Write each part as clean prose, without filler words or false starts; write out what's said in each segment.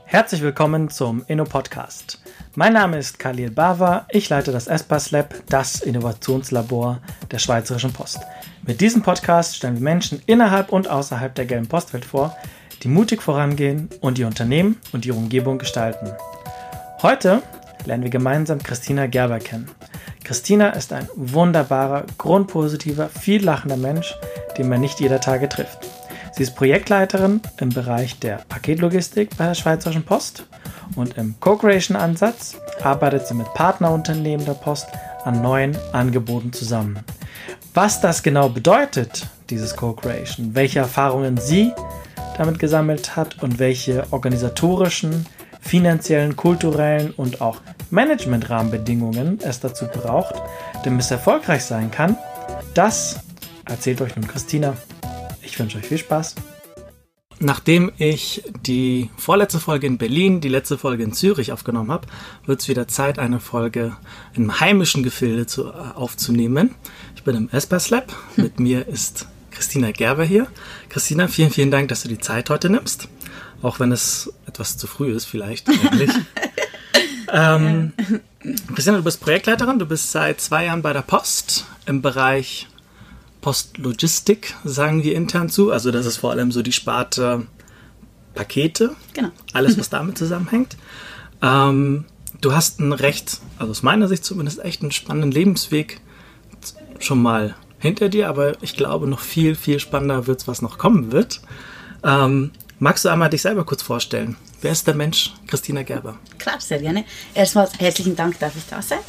Herzlich willkommen zum Inno-Podcast. Mein Name ist Khalil Bawa, ich leite das Espas Lab, das Innovationslabor der Schweizerischen Post. Mit diesem Podcast stellen wir Menschen innerhalb und außerhalb der gelben Postwelt vor, die mutig vorangehen und ihr Unternehmen und ihre Umgebung gestalten. Heute lernen wir gemeinsam Christina Gerber kennen. Christina ist ein wunderbarer, grundpositiver, viel lachender Mensch, den man nicht jeder Tage trifft. Sie ist Projektleiterin im Bereich der Paketlogistik bei der Schweizerischen Post und im Co-Creation-Ansatz arbeitet sie mit Partnerunternehmen der Post an neuen Angeboten zusammen. Was das genau bedeutet, dieses Co-Creation, welche Erfahrungen sie damit gesammelt hat und welche organisatorischen, finanziellen, kulturellen und auch Management-Rahmenbedingungen es dazu braucht, damit es erfolgreich sein kann, das erzählt euch nun Christina. Ich wünsche euch viel Spaß. Nachdem ich die vorletzte Folge in Berlin, die letzte Folge in Zürich aufgenommen habe, wird es wieder Zeit, eine Folge im heimischen Gefilde aufzunehmen. Ich bin im Espas Lab. Mit mir ist Christina Gerber hier. Christina, vielen, vielen Dank, dass du die Zeit heute nimmst. Auch wenn es etwas zu früh ist, vielleicht eigentlich. Christina, du bist Projektleiterin. Du bist seit 2 Jahren bei der Post im Bereich Postlogistik, sagen wir intern zu. Also das ist vor allem so die Sparte Pakete. Genau. Alles, was damit zusammenhängt. Du hast einen recht, also aus meiner Sicht zumindest, echt einen spannenden Lebensweg schon mal hinter dir. Aber ich glaube, noch viel, viel spannender wird es, was noch kommen wird. Magst du einmal dich selber kurz vorstellen? Wer ist der Mensch Christina Gerber? Klar, sehr gerne. Erstmal herzlichen Dank, darf ich da sein.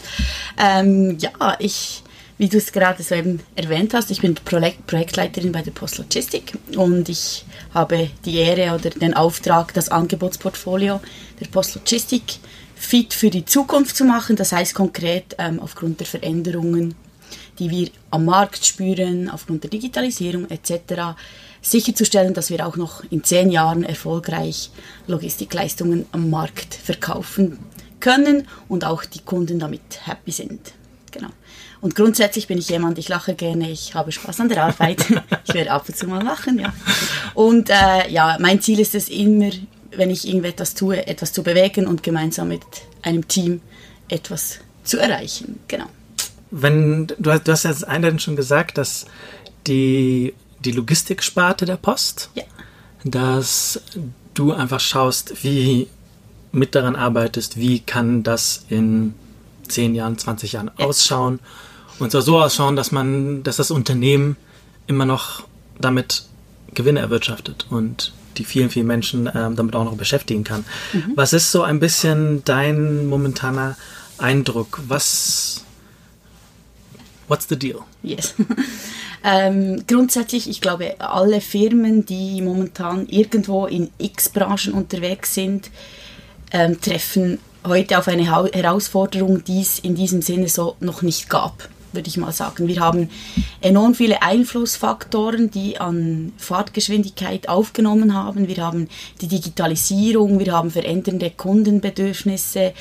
Wie du es gerade so eben erwähnt hast, ich bin Projektleiterin bei der Postlogistik und ich habe die Ehre oder den Auftrag, das Angebotsportfolio der Postlogistik fit für die Zukunft zu machen. Das heißt konkret aufgrund der Veränderungen, die wir am Markt spüren, aufgrund der Digitalisierung etc., sicherzustellen, dass wir auch noch in 10 Jahren erfolgreich Logistikleistungen am Markt verkaufen können und auch die Kunden damit happy sind. Genau. Und grundsätzlich bin ich jemand, ich lache gerne, ich habe Spaß an der Arbeit. Ich werde ab und zu mal lachen, ja. Und mein Ziel ist es immer, wenn ich irgendetwas tue, etwas zu bewegen und gemeinsam mit einem Team etwas zu erreichen. Genau. Du hast ja einleitend schon gesagt, dass die Logistiksparte der Post, ja, dass du einfach schaust, wie mit daran arbeitest, wie kann das in 10 Jahren, 20 Jahren ausschauen und zwar so ausschauen, dass das Unternehmen immer noch damit Gewinne erwirtschaftet und die vielen, vielen Menschen damit auch noch beschäftigen kann. Mhm. Was ist so ein bisschen dein momentaner Eindruck? What's the deal? Yes. Grundsätzlich, ich glaube, alle Firmen, die momentan irgendwo in X-Branchen unterwegs sind, treffen heute auf eine Herausforderung, die es in diesem Sinne so noch nicht gab, würde ich mal sagen. Wir haben enorm viele Einflussfaktoren, die an Fahrtgeschwindigkeit aufgenommen haben. Wir haben die Digitalisierung, wir haben verändernde Kundenbedürfnisse,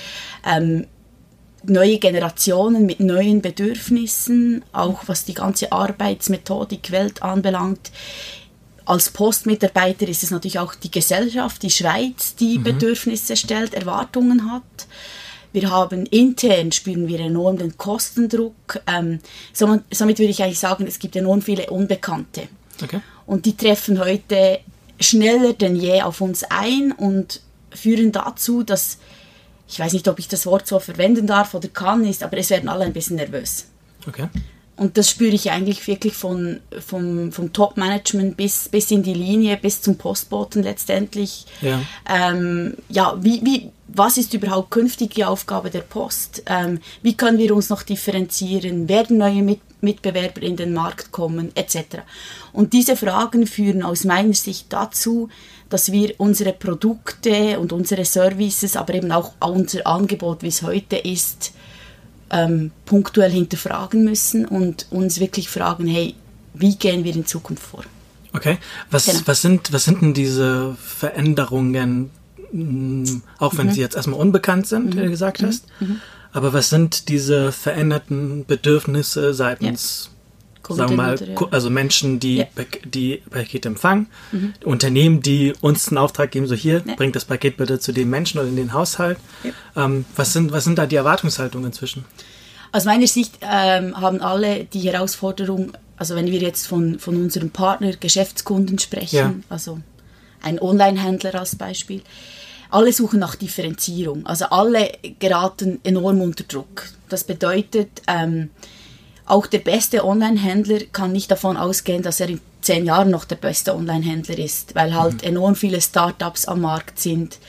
neue Generationen mit neuen Bedürfnissen, auch was die ganze Arbeitsmethodik Welt anbelangt. Als Postmitarbeiter ist es natürlich auch die Gesellschaft, die Schweiz, die Bedürfnisse stellt, Erwartungen hat. Wir haben intern, spüren wir enorm den Kostendruck. Somit würde ich eigentlich sagen, es gibt enorm viele Unbekannte. Okay. Und die treffen heute schneller denn je auf uns ein und führen dazu, dass, ich weiß nicht, ob ich das Wort so verwenden darf oder kann, aber es werden alle ein bisschen nervös. Okay. Und das spüre ich eigentlich wirklich vom Top-Management bis in die Linie, bis zum Postboten letztendlich. Ja. Was ist überhaupt künftige Aufgabe der Post? Wie können wir uns noch differenzieren? Werden neue Mitbewerber in den Markt kommen? Etc. Und diese Fragen führen aus meiner Sicht dazu, dass wir unsere Produkte und unsere Services, aber eben auch unser Angebot, wie es heute ist, punktuell hinterfragen müssen und uns wirklich fragen, hey, wie gehen wir in Zukunft vor? Okay, was sind denn diese Veränderungen, auch wenn sie jetzt erstmal unbekannt sind, wie du gesagt hast, aber was sind diese veränderten Bedürfnisse seitens sagen wir mal, also Menschen, die Pakete empfangen, Unternehmen, die uns einen Auftrag geben, so hier, bringt das Paket bitte zu dem Menschen oder in den Haushalt. Ja. Was sind da die Erwartungshaltungen inzwischen? Aus meiner Sicht haben alle die Herausforderung, also wenn wir jetzt von unserem Partner, Geschäftskunden sprechen, also ein Online-Händler als Beispiel, alle suchen nach Differenzierung. Also alle geraten enorm unter Druck. Das bedeutet, auch der beste Online-Händler kann nicht davon ausgehen, dass er in 10 Jahren noch der beste Online-Händler ist, weil halt enorm viele Startups am Markt sind.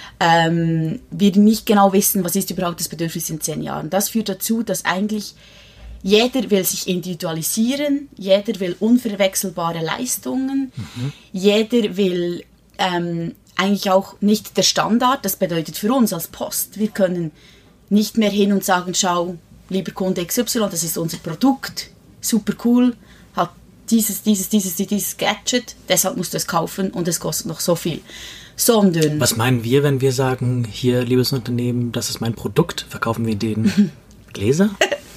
Wir nicht genau wissen, was ist überhaupt das Bedürfnis in 10 Jahren. Das führt dazu, dass eigentlich jeder will sich individualisieren, jeder will unverwechselbare Leistungen, jeder will eigentlich auch nicht der Standard. Das bedeutet für uns als Post, wir können nicht mehr hin und sagen, schau, lieber Kunde XY, das ist unser Produkt, super cool, hat dieses Gadget, deshalb musst du es kaufen und es kostet noch so viel. Sondern... Was meinen wir, wenn wir sagen, hier, liebes Unternehmen, das ist mein Produkt, verkaufen wir den Gläser?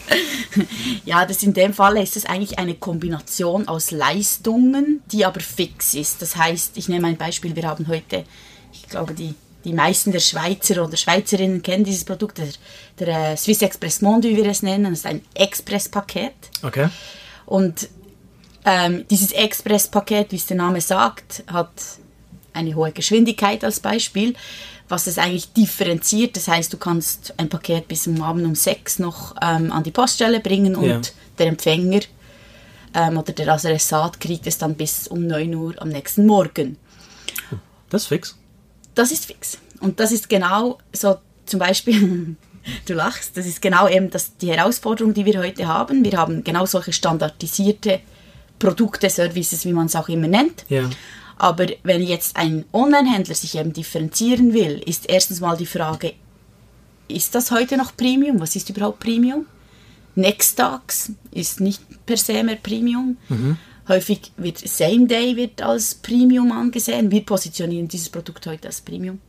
Ja, in dem Fall ist es eigentlich eine Kombination aus Leistungen, die aber fix ist. Das heißt, ich nehme ein Beispiel, wir haben heute, ich glaube, die meisten der Schweizer oder Schweizerinnen kennen dieses Produkt, der Swiss Express Monde, wie wir es nennen, das ist ein Express-Paket. Okay. Und dieses Express-Paket, wie es der Name sagt, hat eine hohe Geschwindigkeit als Beispiel, was es eigentlich differenziert. Das heißt, du kannst ein Paket bis am Abend um 6 noch an die Poststelle bringen und der Empfänger oder der Adressat kriegt es dann bis um 9 Uhr am nächsten Morgen. Das ist fix. Das ist fix. Und das ist genau so, zum Beispiel, du lachst, das ist genau eben die Herausforderung, die wir heute haben. Wir haben genau solche standardisierte Produkte, Services, wie man es auch immer nennt. Ja. Aber wenn jetzt ein Online-Händler sich eben differenzieren will, ist erstens mal die Frage, ist das heute noch Premium? Was ist überhaupt Premium? Nextags ist nicht per se mehr Premium. Häufig wird Same Day als Premium angesehen. Wir positionieren dieses Produkt heute als Premium.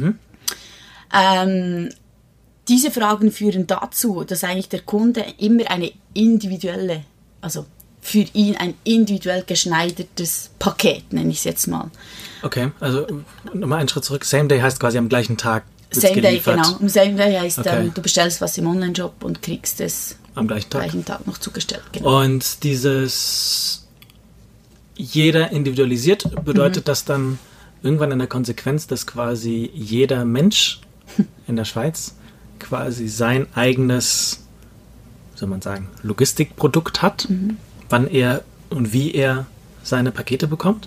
Diese Fragen führen dazu, dass eigentlich der Kunde immer eine individuelle, also für ihn ein individuell geschneidertes Paket, nenne ich es jetzt mal. Okay, also nochmal einen Schritt zurück. Same Day heißt quasi am gleichen Tag Same geliefert. Day, genau. Same Day heißt, du bestellst was im Online-Shop und kriegst es am gleichen Tag noch zugestellt. Genau. Und dieses jeder individualisiert, bedeutet das dann irgendwann in der Konsequenz, dass quasi jeder Mensch in der Schweiz quasi sein eigenes, wie soll man sagen, Logistikprodukt hat, wann er und wie er seine Pakete bekommt?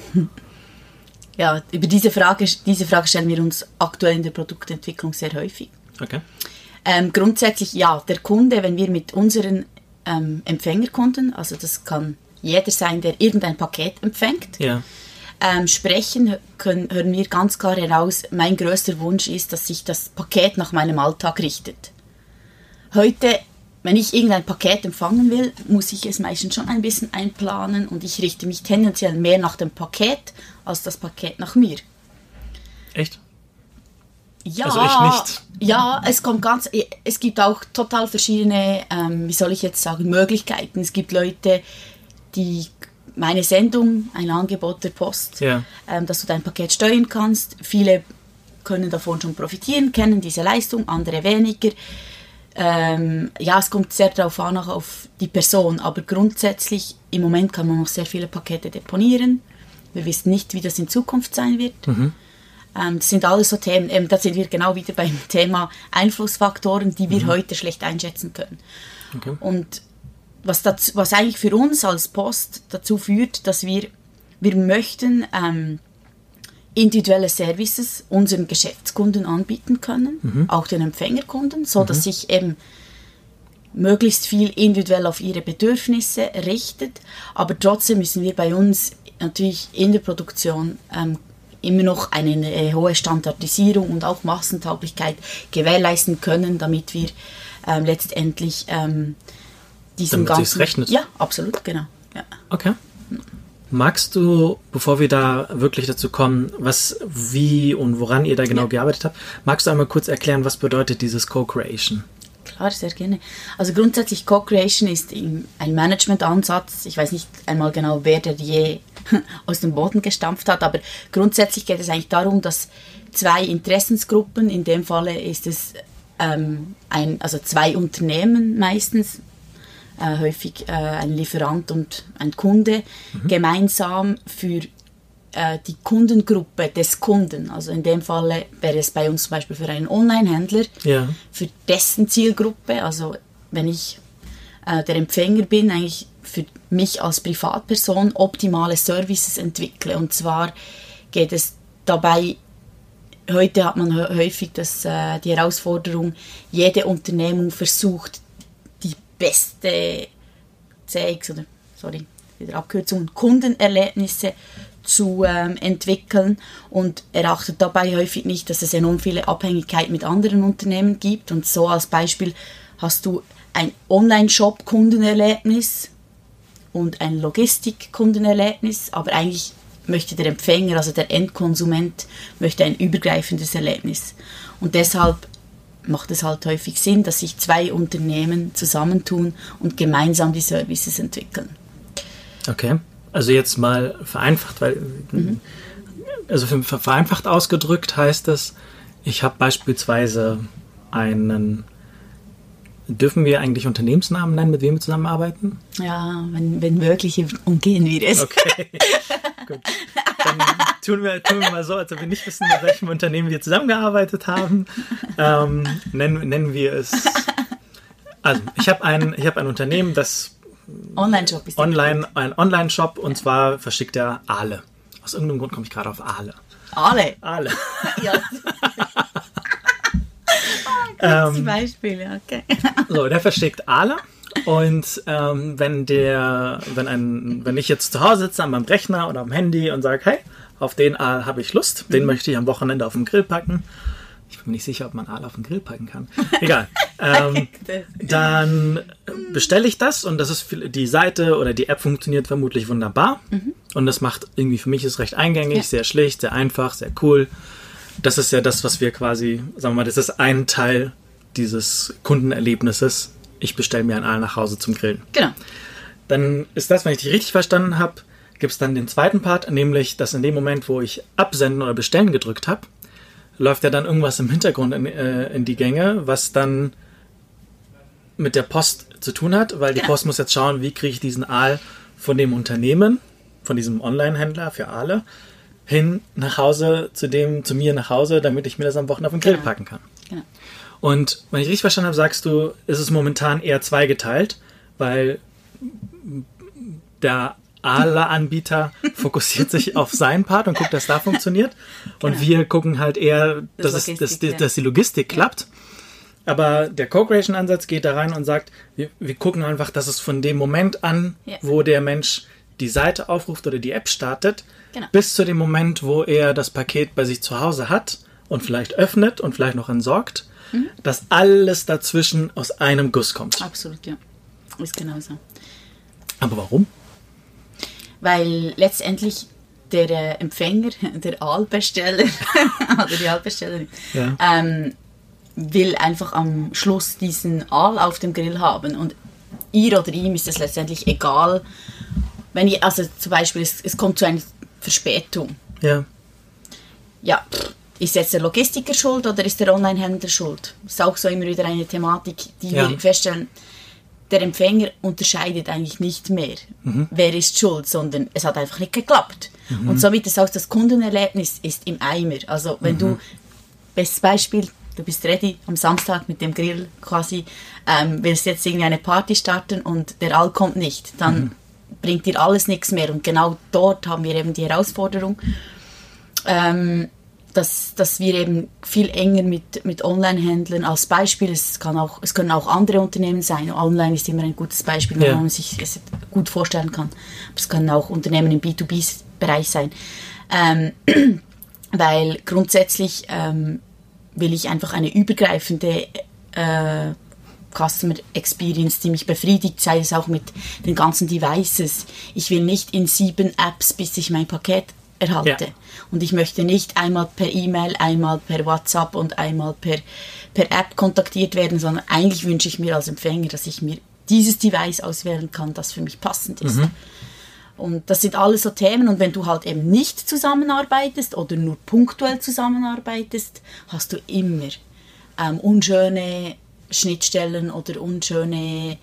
Ja, über diese Frage stellen wir uns aktuell in der Produktentwicklung sehr häufig. Okay. Grundsätzlich ja, der Kunde, wenn wir mit unseren Empfängerkunden, also das kann jeder sein, der irgendein Paket empfängt, sprechen, hören wir ganz klar heraus, mein größter Wunsch ist, dass sich das Paket nach meinem Alltag richtet. Heute, wenn ich irgendein Paket empfangen will, muss ich es meistens schon ein bisschen einplanen und ich richte mich tendenziell mehr nach dem Paket als das Paket nach mir. Echt? Ja, also ich nicht. Ja, es gibt auch total verschiedene, wie soll ich jetzt sagen, Möglichkeiten. Es gibt Leute, die meine Sendung, ein Angebot der Post, dass du dein Paket steuern kannst. Viele können davon schon profitieren, kennen diese Leistung, andere weniger. Es kommt sehr darauf an, auch auf die Person, aber grundsätzlich im Moment kann man noch sehr viele Pakete deponieren. Wir wissen nicht, wie das in Zukunft sein wird. Das sind alles so Themen, da sind wir genau wieder beim Thema Einflussfaktoren, die wir heute schlecht einschätzen können. Okay. Und was eigentlich für uns als Post dazu führt, dass wir möchten individuelle Services unseren Geschäftskunden anbieten können, auch den Empfängerkunden, so dass sich eben möglichst viel individuell auf ihre Bedürfnisse richtet. Aber trotzdem müssen wir bei uns natürlich in der Produktion immer noch eine hohe Standardisierung und auch Massentauglichkeit gewährleisten können, damit wir letztendlich diesen damit sich's rechnet. Ja, absolut, genau. Ja. Okay. Magst du, bevor wir da wirklich dazu kommen, was, wie und woran ihr da genau gearbeitet habt, magst du einmal kurz erklären, was bedeutet dieses Co-Creation? klar, sehr gerne. Also grundsätzlich Co-Creation ist ein Management-Ansatz. Ich weiß nicht einmal genau, wer der je aus dem Boden gestampft hat, aber grundsätzlich geht es eigentlich darum, dass zwei Interessensgruppen, in dem Falle ist es also zwei Unternehmen meistens, häufig ein Lieferant und ein Kunde, gemeinsam für die Kundengruppe des Kunden, also in dem Falle wäre es bei uns zum Beispiel für einen Online-Händler, für dessen Zielgruppe, also wenn ich der Empfänger bin, eigentlich für mich als Privatperson optimale Services entwickle. Und zwar geht es dabei, heute hat man häufig die Herausforderung, jede Unternehmung versucht, die beste Kundenerlebnisse zu entwickeln und erachtet dabei häufig nicht, dass es enorm viele Abhängigkeiten mit anderen Unternehmen gibt. Und so als Beispiel hast du ein Online-Shop-Kundenerlebnis und ein Logistik-Kundenerlebnis, aber eigentlich möchte der Empfänger, also der Endkonsument, möchte ein übergreifendes Erlebnis. Und deshalb macht es halt häufig Sinn, dass sich zwei Unternehmen zusammentun und gemeinsam die Services entwickeln. Okay, also jetzt mal vereinfacht, vereinfacht ausgedrückt heißt es, ich habe beispielsweise dürfen wir eigentlich Unternehmensnamen nennen, mit wem wir zusammenarbeiten? Ja, wenn möglich, umgehen wir es. Okay, gut. Dann tun wir mal so, als ob wir nicht wissen, mit welchem Unternehmen wir zusammengearbeitet haben. Nennen wir es... Also, ich habe ein Unternehmen, das... Online-Shop ist ein Online-Shop, und zwar verschickt er Aale. Aus irgendeinem Grund komme ich gerade auf Aale. Aale? Ja. Gutes Beispiel, ja, okay. So, der verschickt Aale, und wenn ich jetzt zu Hause sitze an meinem Rechner oder am Handy und sage, hey, auf den Aal habe ich Lust, den möchte ich am Wochenende auf den Grill packen. Ich bin mir nicht sicher, ob man Aal auf den Grill packen kann. Egal. Dann bestelle ich das, und das ist die Seite oder die App funktioniert vermutlich wunderbar. Und das macht irgendwie, für mich ist recht eingängig, sehr schlicht, sehr einfach, sehr cool. Das ist ja das, was wir quasi, sagen wir mal, das ist ein Teil dieses Kundenerlebnisses. Ich bestelle mir ein Aal nach Hause zum Grillen. Genau. Dann ist das, wenn ich dich richtig verstanden habe, gibt es dann den zweiten Part, nämlich, dass in dem Moment, wo ich absenden oder bestellen gedrückt habe, läuft ja dann irgendwas im Hintergrund in die Gänge, was dann mit der Post zu tun hat, weil die Post muss jetzt schauen, wie kriege ich diesen Aal von dem Unternehmen, von diesem Online-Händler für Aale, hin nach Hause, zu mir nach Hause, damit ich mir das am Wochenende auf den Grill packen kann. Genau. Und wenn ich richtig verstanden habe, sagst du, ist es momentan eher zweigeteilt, weil der Aale-Anbieter fokussiert sich auf seinen Part und guckt, dass da funktioniert. Und wir gucken halt eher, dass die Logistik klappt. Aber der Co-Creation-Ansatz geht da rein und sagt, wir gucken einfach, dass es von dem Moment an, wo der Mensch die Seite aufruft oder die App startet, bis zu dem Moment, wo er das Paket bei sich zu Hause hat und vielleicht öffnet und vielleicht noch entsorgt, dass alles dazwischen aus einem Guss kommt. Absolut, ja. Ist genauso. Aber warum? Weil letztendlich der Empfänger, der Aalbesteller oder die Aalbestellerin, will einfach am Schluss diesen Aal auf dem Grill haben. Und ihr oder ihm ist es letztendlich egal, wenn ihr, also zum Beispiel, es kommt zu einer Verspätung. Ja. Ja, ist jetzt der Logistiker schuld oder ist der Online-Händler schuld? Das ist auch so immer wieder eine Thematik, die wir feststellen. Der Empfänger unterscheidet eigentlich nicht mehr, wer ist schuld, sondern es hat einfach nicht geklappt. Und somit ist auch das Kundenerlebnis ist im Eimer. Also wenn du, bestes Beispiel, du bist ready am Samstag mit dem Grill quasi, willst jetzt irgendwie eine Party starten und der Aal kommt nicht, dann bringt dir alles nichts mehr. Und genau dort haben wir eben die Herausforderung, dass wir eben viel enger mit Online-Händlern als Beispiel, es können auch andere Unternehmen sein, Online ist immer ein gutes Beispiel, wo man sich es gut vorstellen kann, aber es können auch Unternehmen im B2B-Bereich sein, weil grundsätzlich will ich einfach eine übergreifende Customer Experience, die mich befriedigt, sei es auch mit den ganzen Devices. Ich will nicht in 7 Apps, bis ich mein Paket erhalte. Ja. Und ich möchte nicht einmal per E-Mail, einmal per WhatsApp und einmal per App kontaktiert werden, sondern eigentlich wünsche ich mir als Empfänger, dass ich mir dieses Device auswählen kann, das für mich passend ist. Und das sind alles so Themen. Und wenn du halt eben nicht zusammenarbeitest oder nur punktuell zusammenarbeitest, hast du immer unschöne Schnittstellen oder unschöne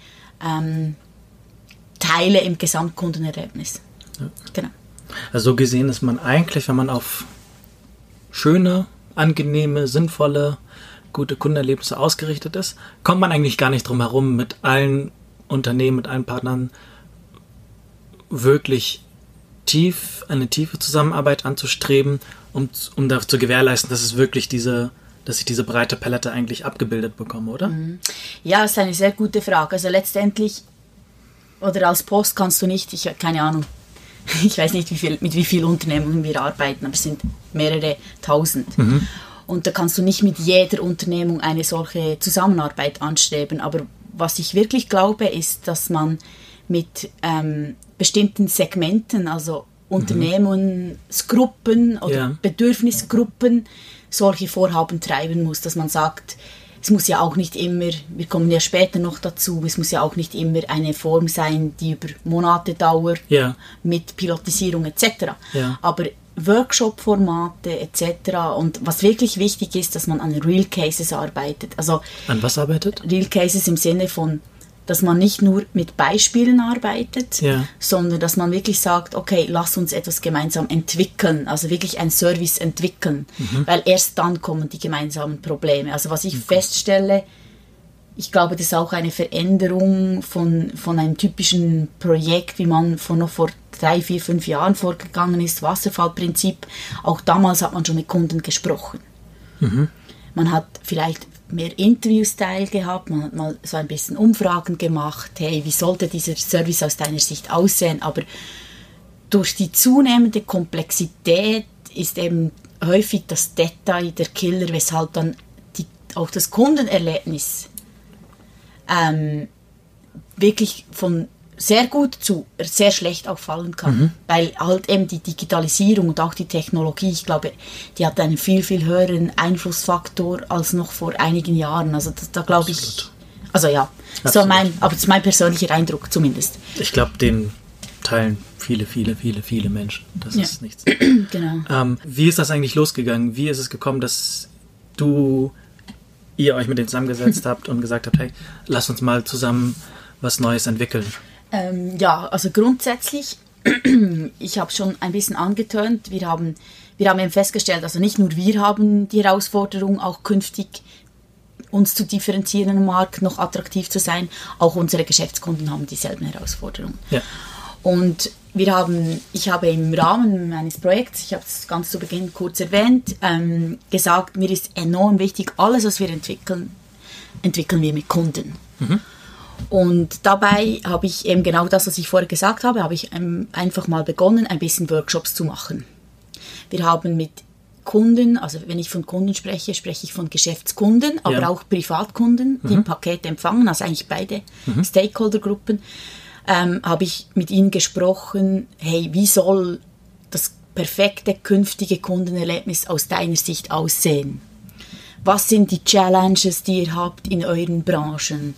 Teile im Gesamtkundenerlebnis. Ja. Genau. Also so gesehen ist man eigentlich, wenn man auf schöne, angenehme, sinnvolle, gute Kundenerlebnisse ausgerichtet ist, kommt man eigentlich gar nicht drum herum, mit allen Unternehmen, mit allen Partnern wirklich eine tiefe Zusammenarbeit anzustreben, um dafür zu gewährleisten, dass ich diese breite Palette eigentlich abgebildet bekomme, oder? Ja, das ist eine sehr gute Frage. Also letztendlich, oder als Post kannst du nicht, keine Ahnung, ich weiß nicht, mit wie vielen Unternehmungen wir arbeiten, aber es sind mehrere tausend. Und da kannst du nicht mit jeder Unternehmung eine solche Zusammenarbeit anstreben. Aber was ich wirklich glaube, ist, dass man mit bestimmten Segmenten, also Unternehmensgruppen oder Bedürfnisgruppen, solche Vorhaben treiben muss, dass man sagt, es muss ja auch nicht immer, wir kommen ja später noch dazu, es muss ja auch nicht immer eine Form sein, die über Monate dauert, mit Pilotisierung etc. Aber Workshop-Formate etc. Und was wirklich wichtig ist, dass man an Real Cases arbeitet. Also an was arbeitet? Real Cases im Sinne von, dass man nicht nur mit Beispielen arbeitet, sondern dass man wirklich sagt, okay, lass uns etwas gemeinsam entwickeln, also wirklich ein Service entwickeln, weil erst dann kommen die gemeinsamen Probleme. Also was ich feststelle, ich glaube, das ist auch eine Veränderung von einem typischen Projekt, wie man noch vor 3, 4, 5 Jahren vorgegangen ist, Wasserfallprinzip. Auch damals hat man schon mit Kunden gesprochen. Man hat vielleicht mehr Interview-Style gehabt, man hat mal so ein bisschen Umfragen gemacht, hey, wie sollte dieser Service aus deiner Sicht aussehen, aber durch die zunehmende Komplexität ist eben häufig das Detail der Killer, weshalb dann auch das Kundenerlebnis wirklich von sehr gut zu sehr schlecht auch fallen kann, weil halt eben die Digitalisierung und auch die Technologie, ich glaube, die hat einen viel, viel höheren Einflussfaktor als noch vor einigen Jahren. Also da glaube ich, also ja, so aber das ist mein persönlicher Eindruck zumindest. Ich glaube, den teilen viele Menschen. Das ist nichts. Genau. Wie ist das eigentlich losgegangen? Wie ist es gekommen, dass ihr euch mit denen zusammengesetzt habt und gesagt habt, hey, lass uns mal zusammen was Neues entwickeln? Ja, also grundsätzlich, ich habe schon ein bisschen angetönt, wir haben eben festgestellt, also nicht nur wir haben die Herausforderung, auch künftig uns zu differenzieren im Markt, noch attraktiv zu sein, auch unsere Geschäftskunden haben dieselben Herausforderungen. Ja. Und ich habe im Rahmen meines Projekts, ich habe es ganz zu Beginn kurz erwähnt, gesagt, mir ist enorm wichtig, alles, was wir entwickeln wir mit Kunden. Und dabei habe ich eben genau das, was ich vorher gesagt habe, habe ich einfach mal begonnen, ein bisschen Workshops zu machen. Wir haben mit Kunden, also wenn ich von Kunden spreche, spreche ich von Geschäftskunden, aber auch Privatkunden, die Pakete empfangen, also eigentlich beide Stakeholdergruppen, habe ich mit ihnen gesprochen, hey, wie soll das perfekte künftige Kundenerlebnis aus deiner Sicht aussehen? Was sind die Challenges, die ihr habt in euren Branchen?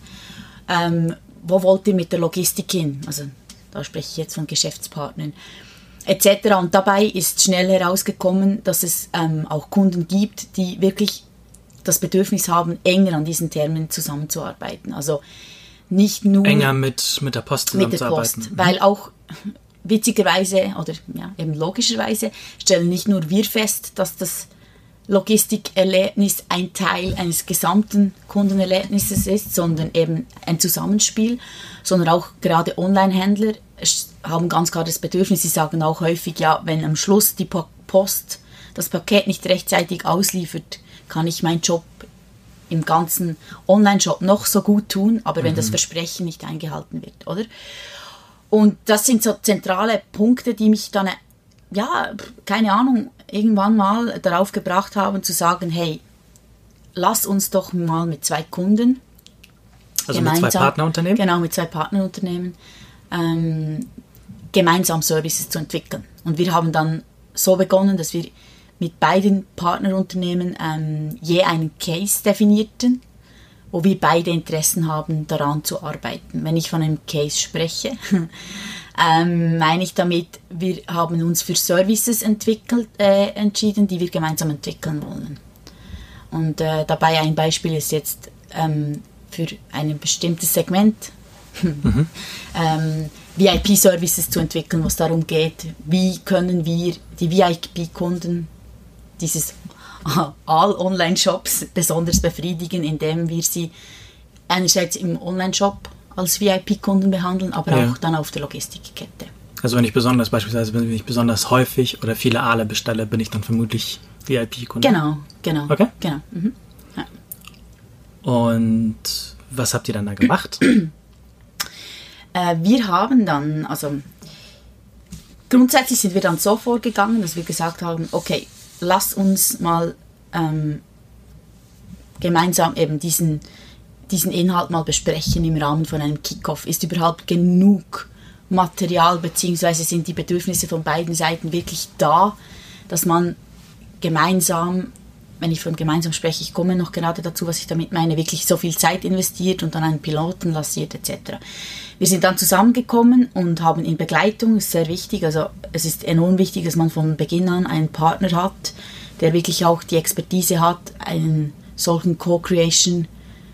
Wo wollt ihr mit der Logistik hin? Also da spreche ich jetzt von Geschäftspartnern etc. Und dabei ist schnell herausgekommen, dass es auch Kunden gibt, die wirklich das Bedürfnis haben, enger an diesen Themen zusammenzuarbeiten. Also nicht nur enger mit der Post zusammenzuarbeiten. Mit der Post, weil auch witzigerweise oder eben logischerweise stellen nicht nur wir fest, dass das Logistikerlebnis ein Teil eines gesamten Kundenerlebnisses ist, sondern eben ein Zusammenspiel, sondern auch gerade Online-Händler haben ganz klar das Bedürfnis, sie sagen auch häufig, ja, wenn am Schluss die Post das Paket nicht rechtzeitig ausliefert, kann ich meinen Job im ganzen Online-Shop noch so gut tun, aber wenn das Versprechen nicht eingehalten wird, oder? Und das sind so zentrale Punkte, die mich dann, keine Ahnung, irgendwann mal darauf gebracht haben, zu sagen, hey, lass uns doch mal mit 2 Kunden also mit 2 Partnerunternehmen? Genau, mit 2 Partnerunternehmen gemeinsam Services zu entwickeln. Und wir haben dann so begonnen, dass wir mit beiden Partnerunternehmen je einen Case definierten, wo wir beide Interessen haben, daran zu arbeiten. Wenn ich von einem Case spreche, meine ich damit, wir haben uns für Services entschieden, die wir gemeinsam entwickeln wollen. Und dabei ein Beispiel ist jetzt für ein bestimmtes Segment VIP-Services zu entwickeln, wo es darum geht, wie können wir die VIP-Kunden dieses All-Online-Shops besonders befriedigen, indem wir sie einerseits im Online-Shop als VIP-Kunden behandeln, aber auch dann auf der Logistikkette. Also wenn ich besonders häufig oder viele Aale bestelle, bin ich dann vermutlich VIP-Kunde? Genau. Okay. Genau. Mhm. Ja. Und was habt ihr dann da gemacht? Wir haben dann, also grundsätzlich sind wir dann so vorgegangen, dass wir gesagt haben, okay, lass uns mal gemeinsam eben diesen Inhalt mal besprechen im Rahmen von einem Kick-Off. Ist überhaupt genug Material, beziehungsweise sind die Bedürfnisse von beiden Seiten wirklich da, dass man gemeinsam, wenn ich von gemeinsam spreche, ich komme noch gerade dazu, was ich damit meine, wirklich so viel Zeit investiert und dann einen Piloten lanciert etc. Wir sind dann zusammengekommen und haben in Begleitung, das ist sehr wichtig, also es ist enorm wichtig, dass man von Beginn an einen Partner hat, der wirklich auch die Expertise hat, einen solchen Co-Creation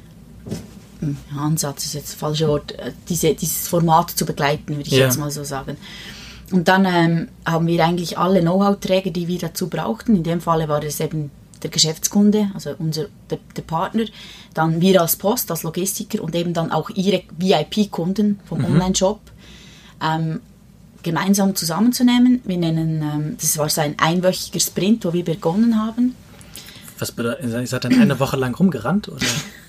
Ansatz ist jetzt das falsche Wort, dieses Format zu begleiten, würde ich jetzt mal so sagen. Und dann haben wir eigentlich alle Know-how-Träger, die wir dazu brauchten. In dem Falle war es eben der Geschäftskunde, also der Partner, dann wir als Post, als Logistiker und eben dann auch ihre VIP-Kunden vom Online-Shop gemeinsam zusammenzunehmen. Wir nennen, das war so ein einwöchiger Sprint, wo wir begonnen haben. Was bedeutet, ihr seid dann eine Woche lang rumgerannt, oder?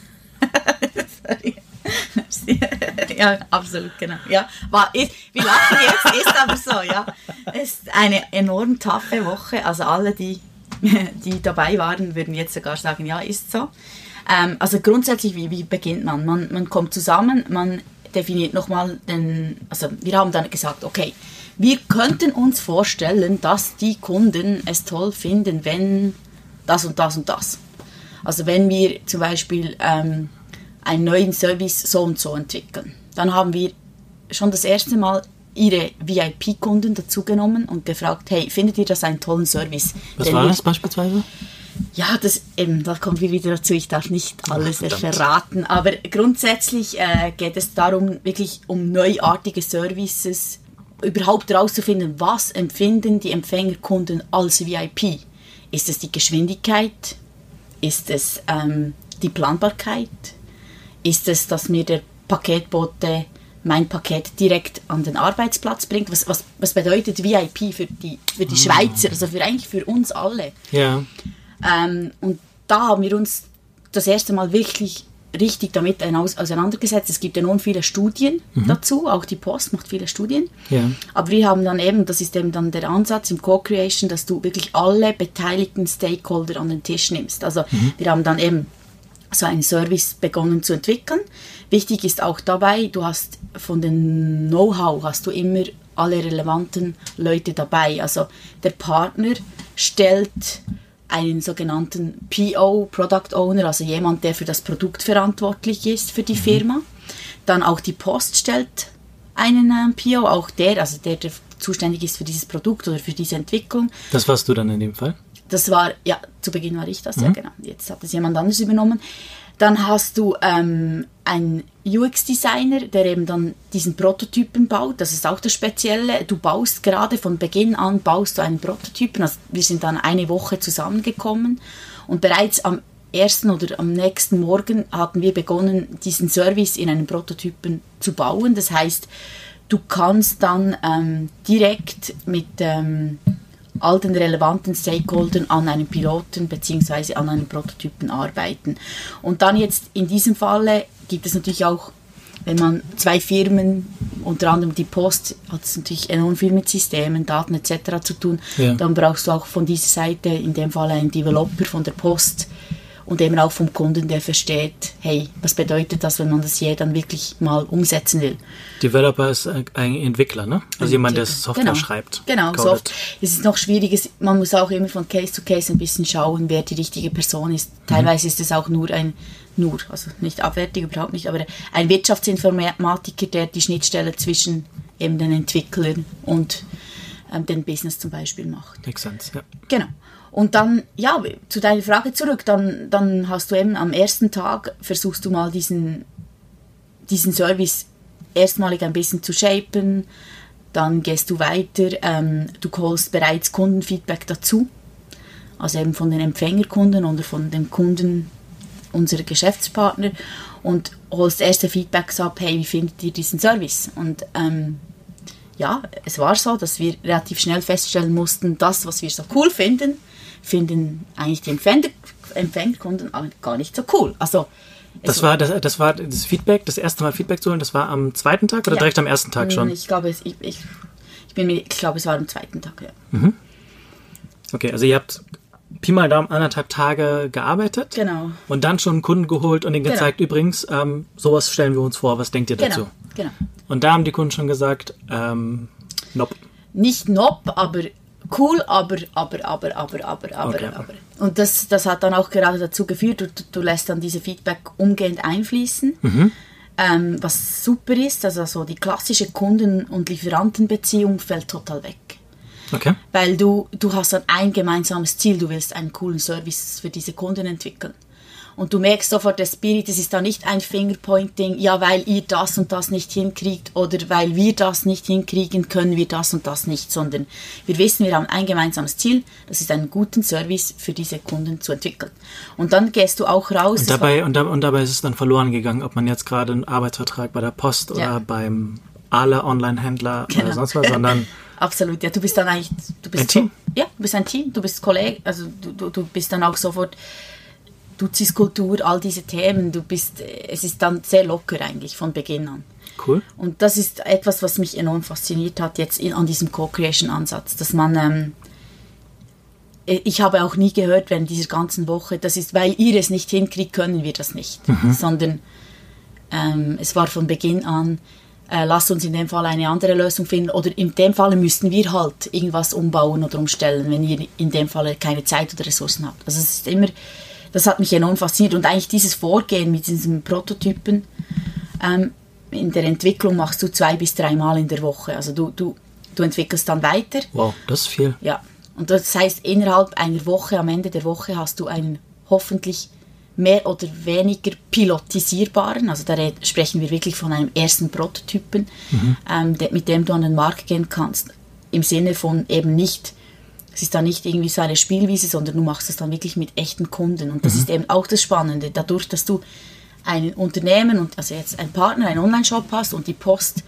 Sorry. Ja, absolut, genau. Ja, wir lachen jetzt, ist aber so, ja. Es ist eine enorm taffe Woche, also alle, die dabei waren, würden jetzt sogar sagen, ja, ist so. Also grundsätzlich, wie beginnt man? Man kommt zusammen, man definiert nochmal also wir haben dann gesagt, okay, wir könnten uns vorstellen, dass die Kunden es toll finden, wenn das und das und das. Also wenn wir zum Beispiel einen neuen Service so und so entwickeln, dann haben wir schon das erste Mal ihre VIP-Kunden dazugenommen und gefragt, hey, findet ihr das einen tollen Service? Was war das beispielsweise? Ja, da kommen wir wieder dazu, ich darf nicht alles verraten, aber grundsätzlich geht es darum, wirklich um neuartige Services, überhaupt herauszufinden, was empfinden die Empfängerkunden als VIP? Ist es die Geschwindigkeit? Ist es die Planbarkeit? Ist es, dass mir der Paketbote mein Paket direkt an den Arbeitsplatz bringt? Was bedeutet VIP für die Schweizer, also eigentlich für uns alle? Ja. Und da haben wir uns das erste Mal wirklich richtig damit auseinandergesetzt. Es gibt enorm viele Studien dazu, auch die Post macht viele Studien. Ja. Aber wir haben dann eben, das ist eben dann der Ansatz im Co-Creation, dass du wirklich alle beteiligten Stakeholder an den Tisch nimmst. Also wir haben dann eben so einen Service begonnen zu entwickeln. Wichtig ist auch dabei, du hast von dem Know-how hast du immer alle relevanten Leute dabei. Also der Partner stellt einen sogenannten PO, Product Owner, also jemand, der für das Produkt verantwortlich ist für die Firma. Dann auch die Post stellt einen PO, auch der zuständig ist für dieses Produkt oder für diese Entwicklung. Das warst du dann in dem Fall? Das war, ja, zu Beginn war ich das, ja genau. Jetzt hat das jemand anderes übernommen. Dann hast du einen UX-Designer, der eben dann diesen Prototypen baut. Das ist auch das Spezielle. Du baust gerade von Beginn an einen Prototypen. Also wir sind dann eine Woche zusammengekommen und bereits am ersten oder am nächsten Morgen hatten wir begonnen, diesen Service in einen Prototypen zu bauen. Das heißt, du kannst dann direkt mit all den relevanten Stakeholdern an einem Piloten bzw. an einem Prototypen arbeiten. Und dann jetzt in diesem Falle gibt es natürlich auch, wenn man zwei Firmen, unter anderem die Post, hat es natürlich enorm viel mit Systemen, Daten etc. zu tun. Ja. Dann brauchst du auch von dieser Seite in dem Fall einen Developer von der Post und eben auch vom Kunden, der versteht, hey, was bedeutet das, wenn man das hier dann wirklich mal umsetzen will. Developer ist ein Entwickler, ne? Also jemand, der Software schreibt. Genau, es ist noch schwierig, man muss auch immer von Case to Case ein bisschen schauen, wer die richtige Person ist. Teilweise ist es auch also nicht abwertig, überhaupt nicht, aber ein Wirtschaftsinformatiker, der die Schnittstelle zwischen eben den Entwicklern und den Business zum Beispiel macht. Makes sense, ja. Genau. Und dann, ja, zu deiner Frage zurück, dann hast du eben am ersten Tag, versuchst du mal diesen Service erstmalig ein bisschen zu shapen, dann gehst du weiter, du holst bereits Kundenfeedback dazu, also eben von den Empfängerkunden oder von den Kunden unserer Geschäftspartner und holst erste Feedbacks ab, hey, wie findet ihr diesen Service? Und ja, es war so, dass wir relativ schnell feststellen mussten, das, was wir so cool finden eigentlich die Empfängerkunden gar nicht so cool. Also das war das Feedback, das erste Mal Feedback zu holen, das war am zweiten Tag oder direkt am ersten Tag schon? Ich glaube, es war am zweiten Tag, ja. Mhm. Okay, also ihr habt Pi mal Daumen 1,5 Tage gearbeitet. Genau. Und dann schon einen Kunden geholt und ihnen gezeigt, übrigens, sowas stellen wir uns vor, was denkt ihr dazu? Genau. Und da haben die Kunden schon gesagt, nope. Nicht nope, aber cool, aber. Okay. Und das hat dann auch gerade dazu geführt, du lässt dann diese Feedback umgehend einfließen, was super ist, also so die klassische Kunden- und Lieferantenbeziehung fällt total weg. Okay. Weil du hast dann ein gemeinsames Ziel, du willst einen coolen Service für diese Kunden entwickeln. Und du merkst sofort, der Spirit, es ist da nicht ein Fingerpointing, ja, weil ihr das und das nicht hinkriegt oder weil wir das nicht hinkriegen, können wir das und das nicht, sondern wir wissen, wir haben ein gemeinsames Ziel, das ist einen guten Service für diese Kunden zu entwickeln. Und dann gehst du auch raus. Und dabei ist es dann verloren gegangen, ob man jetzt gerade einen Arbeitsvertrag bei der Post oder beim Online-Händler oder sonst was, sondern... Absolut, ja, du bist dann eigentlich... ein Team? Ja, du bist ein Team, du bist Kollege, also du bist dann auch sofort... Duziskultur, all diese Themen, es ist dann sehr locker eigentlich von Beginn an. Cool. Und das ist etwas, was mich enorm fasziniert hat jetzt an diesem Co-Creation-Ansatz, dass man, ich habe auch nie gehört während dieser ganzen Woche, das ist, weil ihr es nicht hinkriegt, können wir das nicht, sondern es war von Beginn an, lasst uns in dem Fall eine andere Lösung finden oder in dem Fall müssten wir halt irgendwas umbauen oder umstellen, wenn ihr in dem Fall keine Zeit oder Ressourcen habt. Also es ist immer... Das hat mich enorm fasziniert und eigentlich dieses Vorgehen mit diesen Prototypen in der Entwicklung machst du 2 bis 3 Mal in der Woche. Also du entwickelst dann weiter. Wow, das ist viel. Ja, und das heißt, innerhalb einer Woche, am Ende der Woche hast du einen hoffentlich mehr oder weniger pilotisierbaren, also da sprechen wir wirklich von einem ersten Prototypen, mit dem du an den Markt gehen kannst. Im Sinne von eben nicht... Es ist dann nicht irgendwie so eine Spielwiese, sondern du machst es dann wirklich mit echten Kunden. Und das ist eben auch das Spannende. Dadurch, dass du ein Unternehmen und also jetzt ein Partner, einen Online-Shop hast und die Post,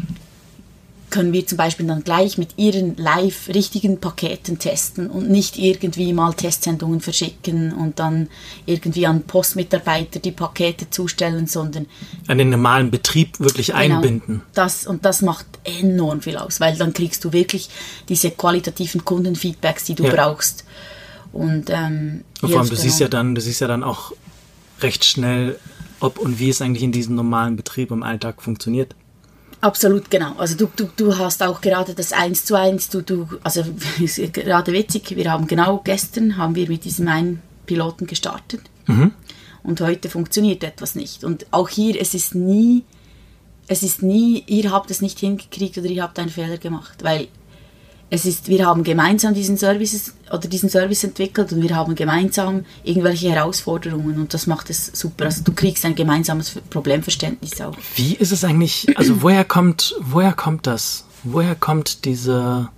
können wir zum Beispiel dann gleich mit ihren live richtigen Paketen testen und nicht irgendwie mal Testsendungen verschicken und dann irgendwie an Postmitarbeiter die Pakete zustellen, sondern an den normalen Betrieb wirklich einbinden. Das macht enorm viel aus, weil dann kriegst du wirklich diese qualitativen Kundenfeedbacks, die du brauchst. Und vor allem, du siehst ja dann auch recht schnell, ob und wie es eigentlich in diesem normalen Betrieb im Alltag funktioniert. Absolut, genau. Also du hast auch gerade das 1:1, also ist gerade witzig, gestern haben wir mit diesem einen Piloten gestartet und heute funktioniert etwas nicht. Und auch hier, es ist nie, ihr habt es nicht hingekriegt oder ihr habt einen Fehler gemacht, weil wir haben gemeinsam diesen Service entwickelt und wir haben gemeinsam irgendwelche Herausforderungen und das macht es super. Also du kriegst ein gemeinsames Problemverständnis auch. Wie ist es eigentlich, also woher kommt das? Woher kommt dieses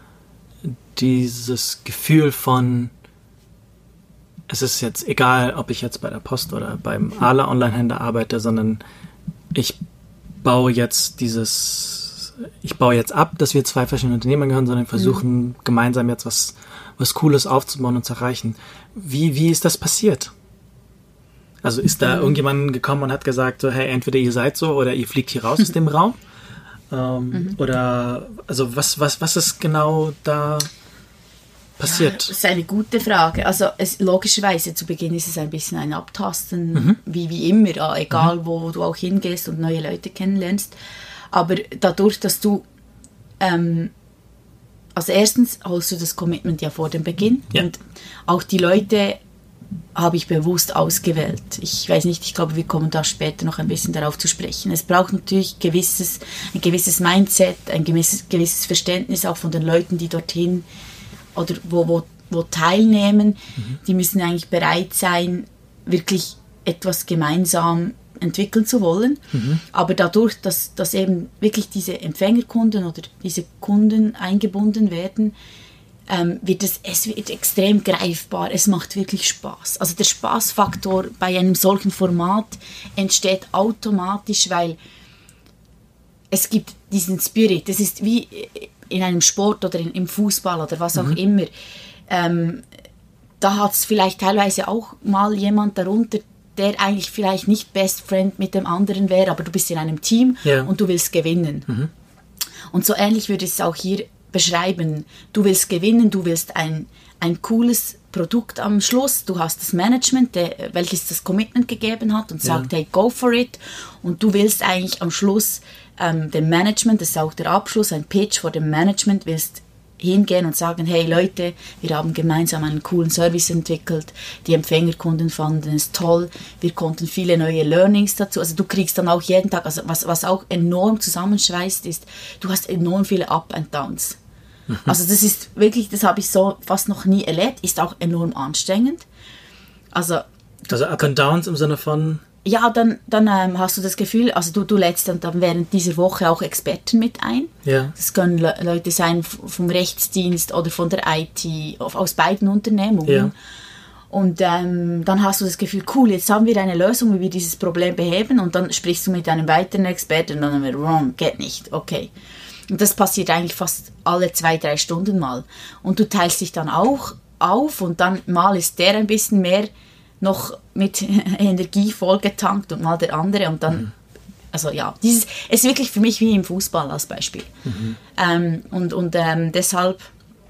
Gefühl von, es ist jetzt egal, ob ich jetzt bei der Post oder beim Online-Händler arbeite, sondern ich baue jetzt ab, dass wir 2 verschiedene Unternehmen gehören, sondern versuchen gemeinsam jetzt was Cooles aufzubauen und zu erreichen. Wie ist das passiert? Also ist da irgendjemand gekommen und hat gesagt, so, hey, entweder ihr seid so oder ihr fliegt hier raus aus dem Raum? Oder, also was ist genau da passiert? Das ist eine gute Frage. Also logischerweise zu Beginn ist es ein bisschen ein Abtasten, wie immer, egal wo du auch hingehst und neue Leute kennenlernst. Aber dadurch, dass du also erstens holst du das Commitment ja vor dem Beginn und auch die Leute habe ich bewusst ausgewählt. Ich weiß nicht, ich glaube, wir kommen da später noch ein bisschen darauf zu sprechen. Es braucht natürlich ein gewisses Mindset, ein gewisses Verständnis auch von den Leuten, die dorthin oder wo teilnehmen. Die müssen eigentlich bereit sein, wirklich etwas gemeinsam entwickeln zu wollen. Aber dadurch, dass eben wirklich diese Empfängerkunden oder diese Kunden eingebunden werden, es wird extrem greifbar. Es macht wirklich Spaß. Also der Spaßfaktor bei einem solchen Format entsteht automatisch, weil es gibt diesen Spirit. Das ist wie in einem Sport oder im Fußball oder was auch immer. Da hat es vielleicht teilweise auch mal jemand darunter, der eigentlich vielleicht nicht Best Friend mit dem anderen wäre, aber du bist in einem Team und du willst gewinnen. Und so ähnlich würde ich es auch hier beschreiben. Du willst gewinnen, du willst ein cooles Produkt am Schluss, du hast das Management, welches das Commitment gegeben hat und sagt, hey, go for it. Und du willst eigentlich am Schluss dem Management, das ist auch der Abschluss, ein Pitch vor dem Management, willst hingehen und sagen, hey Leute, wir haben gemeinsam einen coolen Service entwickelt, die Empfängerkunden fanden es toll, wir konnten viele neue Learnings dazu, also du kriegst dann auch jeden Tag, also was auch enorm zusammenschweißt ist, du hast enorm viele Up and Downs. Also das ist wirklich, das habe ich so fast noch nie erlebt, ist auch enorm anstrengend. Also Up and Downs im Sinne von... Ja, dann hast du das Gefühl, also du lädst dann während dieser Woche auch Experten mit ein. Ja. Das können Leute sein vom Rechtsdienst oder von der IT, aus beiden Unternehmungen. Ja. Und dann hast du das Gefühl, cool, jetzt haben wir eine Lösung, wie wir dieses Problem beheben. Und dann sprichst du mit einem weiteren Experten und dann haben wir, wrong, geht nicht, okay. Und das passiert eigentlich fast alle 2-3 Stunden mal. Und du teilst dich dann auch auf und dann mal ist der ein bisschen mehr noch mit Energie vollgetankt und mal der andere und dann, also ja, es ist wirklich für mich wie im Fußball als Beispiel. Deshalb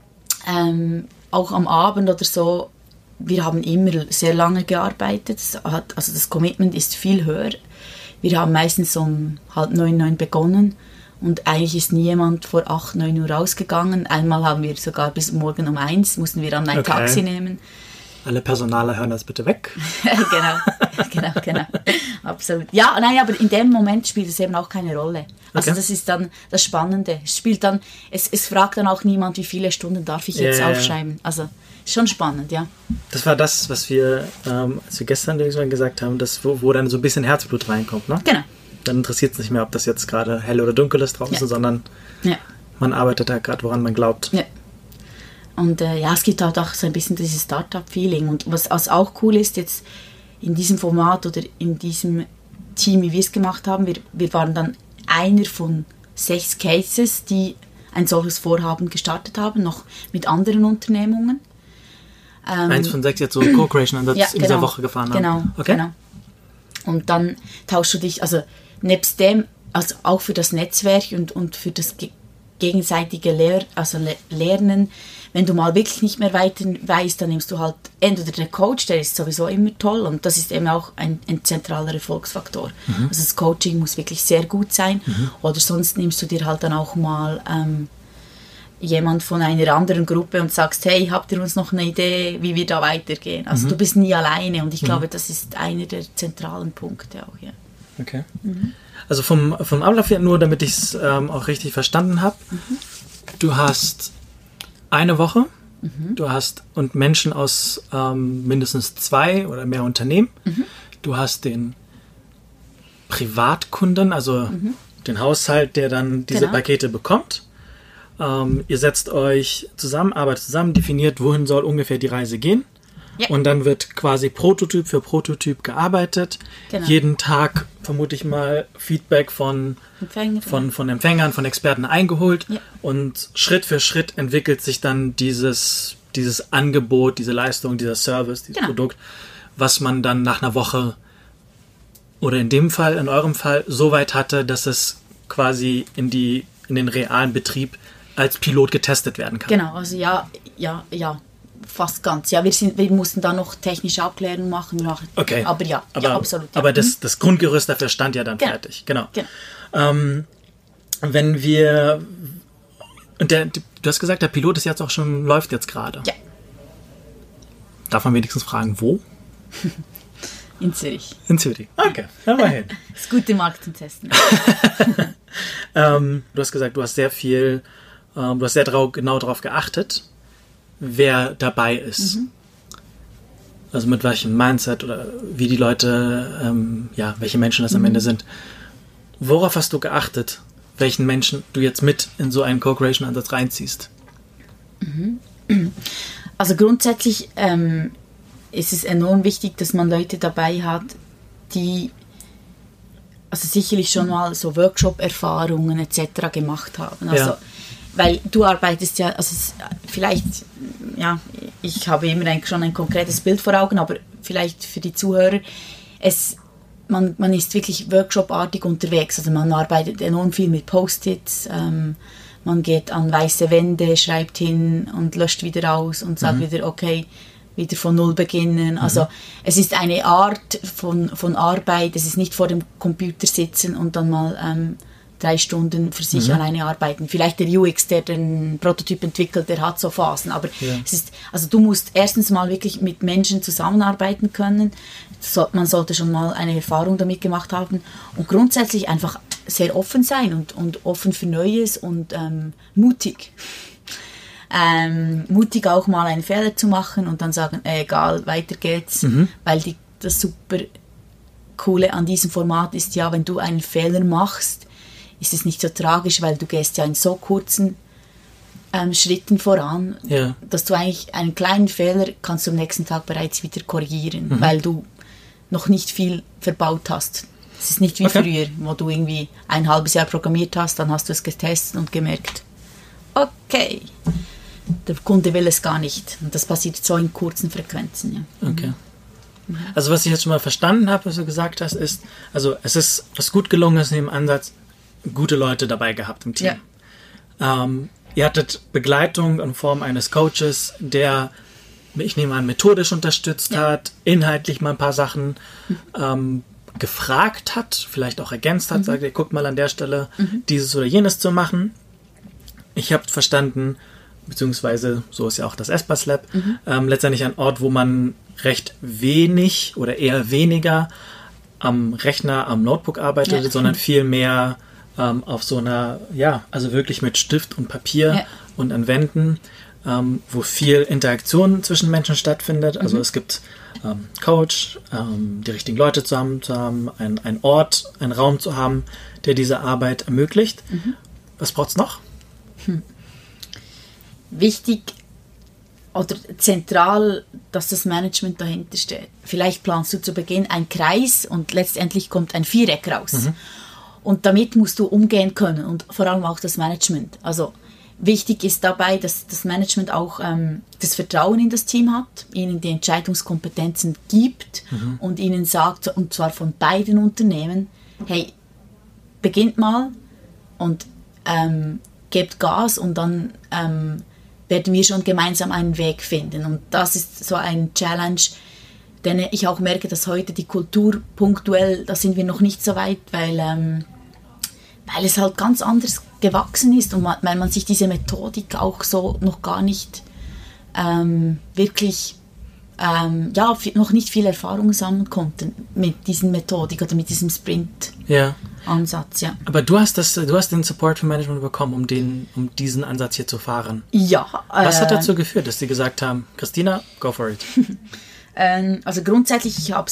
auch am Abend oder so, wir haben immer sehr lange gearbeitet, also das Commitment ist viel höher. Wir haben meistens um 8:30, 9 begonnen und eigentlich ist nie jemand vor 8, 9 Uhr rausgegangen. Einmal haben wir sogar bis morgen um 1, mussten wir dann ein Taxi nehmen. Alle Personaler hören das bitte weg. genau. Absolut. Ja, nein, aber in dem Moment spielt es eben auch keine Rolle. Also das ist dann das Spannende. Es fragt dann auch niemand, wie viele Stunden darf ich jetzt aufschreiben. Also ist schon spannend, ja. Das war das, was wir, als wir gestern gesagt haben, wo dann so ein bisschen Herzblut reinkommt, ne? Genau. Dann interessiert es nicht mehr, ob das jetzt gerade hell oder dunkel ist draußen, sondern man arbeitet da gerade, woran man glaubt. Ja. Und es gibt halt auch so ein bisschen dieses Startup-Feeling. Und was auch cool ist, jetzt in diesem Format oder in diesem Team, wie wir es gemacht haben, wir waren dann einer von 6 Cases, die ein solches Vorhaben gestartet haben, noch mit anderen Unternehmungen. 1 von 6 jetzt so Co-Creation-Ansatz in dieser Woche gefahren haben. Genau. Und dann tauschst du dich, also nebst dem, also auch für das Netzwerk und für das gegenseitige Lernen, wenn du mal wirklich nicht mehr weiter weißt, dann nimmst du halt entweder den Coach, der ist sowieso immer toll und das ist eben auch ein zentraler Erfolgsfaktor. Also das Coaching muss wirklich sehr gut sein oder sonst nimmst du dir halt dann auch mal jemand von einer anderen Gruppe und sagst, hey, habt ihr uns noch eine Idee, wie wir da weitergehen? Also du bist nie alleine und ich glaube, das ist einer der zentralen Punkte auch, ja. Okay. Also vom Ablauf her, nur damit ich es auch richtig verstanden habe, du hast eine Woche, du hast und Menschen aus mindestens 2 oder mehr Unternehmen, du hast den Privatkunden, also den Haushalt, der dann diese Pakete bekommt. Ihr setzt euch zusammen, arbeitet zusammen, definiert, wohin soll ungefähr die Reise gehen. Ja. Und dann wird quasi Prototyp für Prototyp gearbeitet. Genau. Jeden Tag, vermute ich mal, Feedback von Empfängern, von Experten eingeholt. Ja. Und Schritt für Schritt entwickelt sich dann dieses Angebot, diese Leistung, dieser Service, dieses Produkt, was man dann nach einer Woche oder in eurem Fall, so weit hatte, dass es quasi in den realen Betrieb als Pilot getestet werden kann. Genau, also ja, fast ganz. Ja, wir mussten da noch technische Abklärungen machen. Okay. Aber ja, absolut. Ja. Aber das Grundgerüst dafür stand ja dann fertig. Genau. Wenn wir... Und du hast gesagt, der Pilot ist jetzt auch schon, läuft jetzt gerade. Ja. Darf man wenigstens fragen, wo? In Zürich. In Zürich. Okay, immerhin. Das ist gute Markt zum Testen. Du hast gesagt, du hast sehr genau darauf geachtet, wer dabei ist. Also mit welchem Mindset oder wie die Leute, welche Menschen das am Ende sind. Worauf hast du geachtet, welchen Menschen du jetzt mit in so einen Co-Creation-Ansatz reinziehst? Also grundsätzlich ist es enorm wichtig, dass man Leute dabei hat, die also sicherlich schon mal so Workshop-Erfahrungen etc. gemacht haben. Also, weil du arbeitest ja, also vielleicht, ja, ich habe immer eigentlich schon ein konkretes Bild vor Augen, aber vielleicht für die Zuhörer, man ist wirklich workshopartig unterwegs. Also man arbeitet enorm viel mit Post-its, man geht an weiße Wände, schreibt hin und löscht wieder aus und sagt wieder, okay, wieder von Null beginnen. Also es ist eine Art von Arbeit, es ist nicht vor dem Computer sitzen und dann mal 3 Stunden für sich alleine arbeiten. Vielleicht der UX, der den Prototyp entwickelt, der hat so Phasen, aber es ist, also du musst erstens mal wirklich mit Menschen zusammenarbeiten können, man sollte schon mal eine Erfahrung damit gemacht haben und grundsätzlich einfach sehr offen sein und offen für Neues und mutig. Mutig auch mal einen Fehler zu machen und dann sagen, egal, weiter geht's, weil das super Coole an diesem Format ist ja, wenn du einen Fehler machst, ist es nicht so tragisch, weil du gehst ja in so kurzen Schritten voran, dass du eigentlich einen kleinen Fehler kannst du am nächsten Tag bereits wieder korrigieren, weil du noch nicht viel verbaut hast. Es ist nicht wie früher, wo du irgendwie ein halbes Jahr programmiert hast, dann hast du es getestet und gemerkt, okay, der Kunde will es gar nicht. Und das passiert so in kurzen Frequenzen. Ja. Okay. Also was ich jetzt schon mal verstanden habe, was du gesagt hast, ist, also es ist was gut gelungen ist in dem Ansatz, gute Leute dabei gehabt im Team. Ja. Ihr hattet Begleitung in Form eines Coaches, der, ich nehme an, methodisch unterstützt hat, inhaltlich mal ein paar Sachen gefragt hat, vielleicht auch ergänzt hat, sagt, ihr guckt mal an der Stelle dieses oder jenes zu machen. Ich habe verstanden, beziehungsweise so ist ja auch das Espas Lab, letztendlich ein Ort, wo man recht wenig oder eher weniger am Rechner, am Notebook arbeitet, sondern viel mehr auf so einer, also wirklich mit Stift und Papier und an Wänden, wo viel Interaktion zwischen Menschen stattfindet. Also es gibt Coach, die richtigen Leute zusammen zu haben, einen Ort, einen Raum zu haben, der diese Arbeit ermöglicht. Was braucht es noch? Wichtig oder zentral, dass das Management dahinter steht. Vielleicht planst du zu Beginn einen Kreis und letztendlich kommt ein Viereck raus. Und damit musst du umgehen können und vor allem auch das Management. Also wichtig ist dabei, dass das Management auch das Vertrauen in das Team hat, ihnen die Entscheidungskompetenzen gibt und ihnen sagt, und zwar von beiden Unternehmen, hey, beginnt mal und gebt Gas und dann werden wir schon gemeinsam einen Weg finden. Und das ist so ein Challenge, denn ich auch merke, dass heute die Kultur punktuell, da sind wir noch nicht so weit, weil es halt ganz anders gewachsen ist und weil man sich diese Methodik auch so noch gar nicht wirklich noch nicht viel Erfahrung sammeln konnte mit diesen Methodik oder mit diesem Sprint-Ansatz. Ja. Aber du hast den Support vom Management bekommen, um diesen Ansatz hier zu fahren. Ja. Was hat dazu geführt, dass sie gesagt haben, Christina, go for it? Also grundsätzlich, ich habe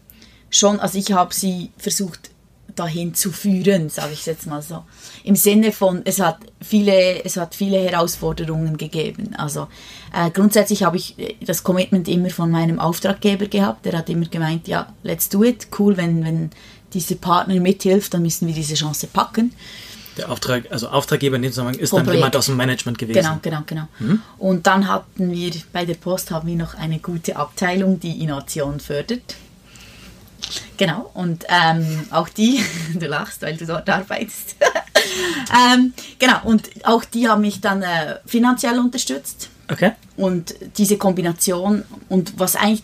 sie versucht dahin zu führen, sage ich jetzt mal so. Im Sinne von, es hat viele Herausforderungen gegeben. Also grundsätzlich habe ich das Commitment immer von meinem Auftraggeber gehabt. Der hat immer gemeint, ja, let's do it. Cool, wenn dieser Partner mithilft, dann müssen wir diese Chance packen. Der Auftraggeber in dem Zusammenhang ist dann jemand aus dem Management gewesen. Genau. Und dann hatten wir bei der Post noch eine gute Abteilung, die Innovation fördert. Genau, und auch die, du lachst, weil du dort arbeitest, Genau, und auch die haben mich dann finanziell unterstützt. Okay. Und diese Kombination und was eigentlich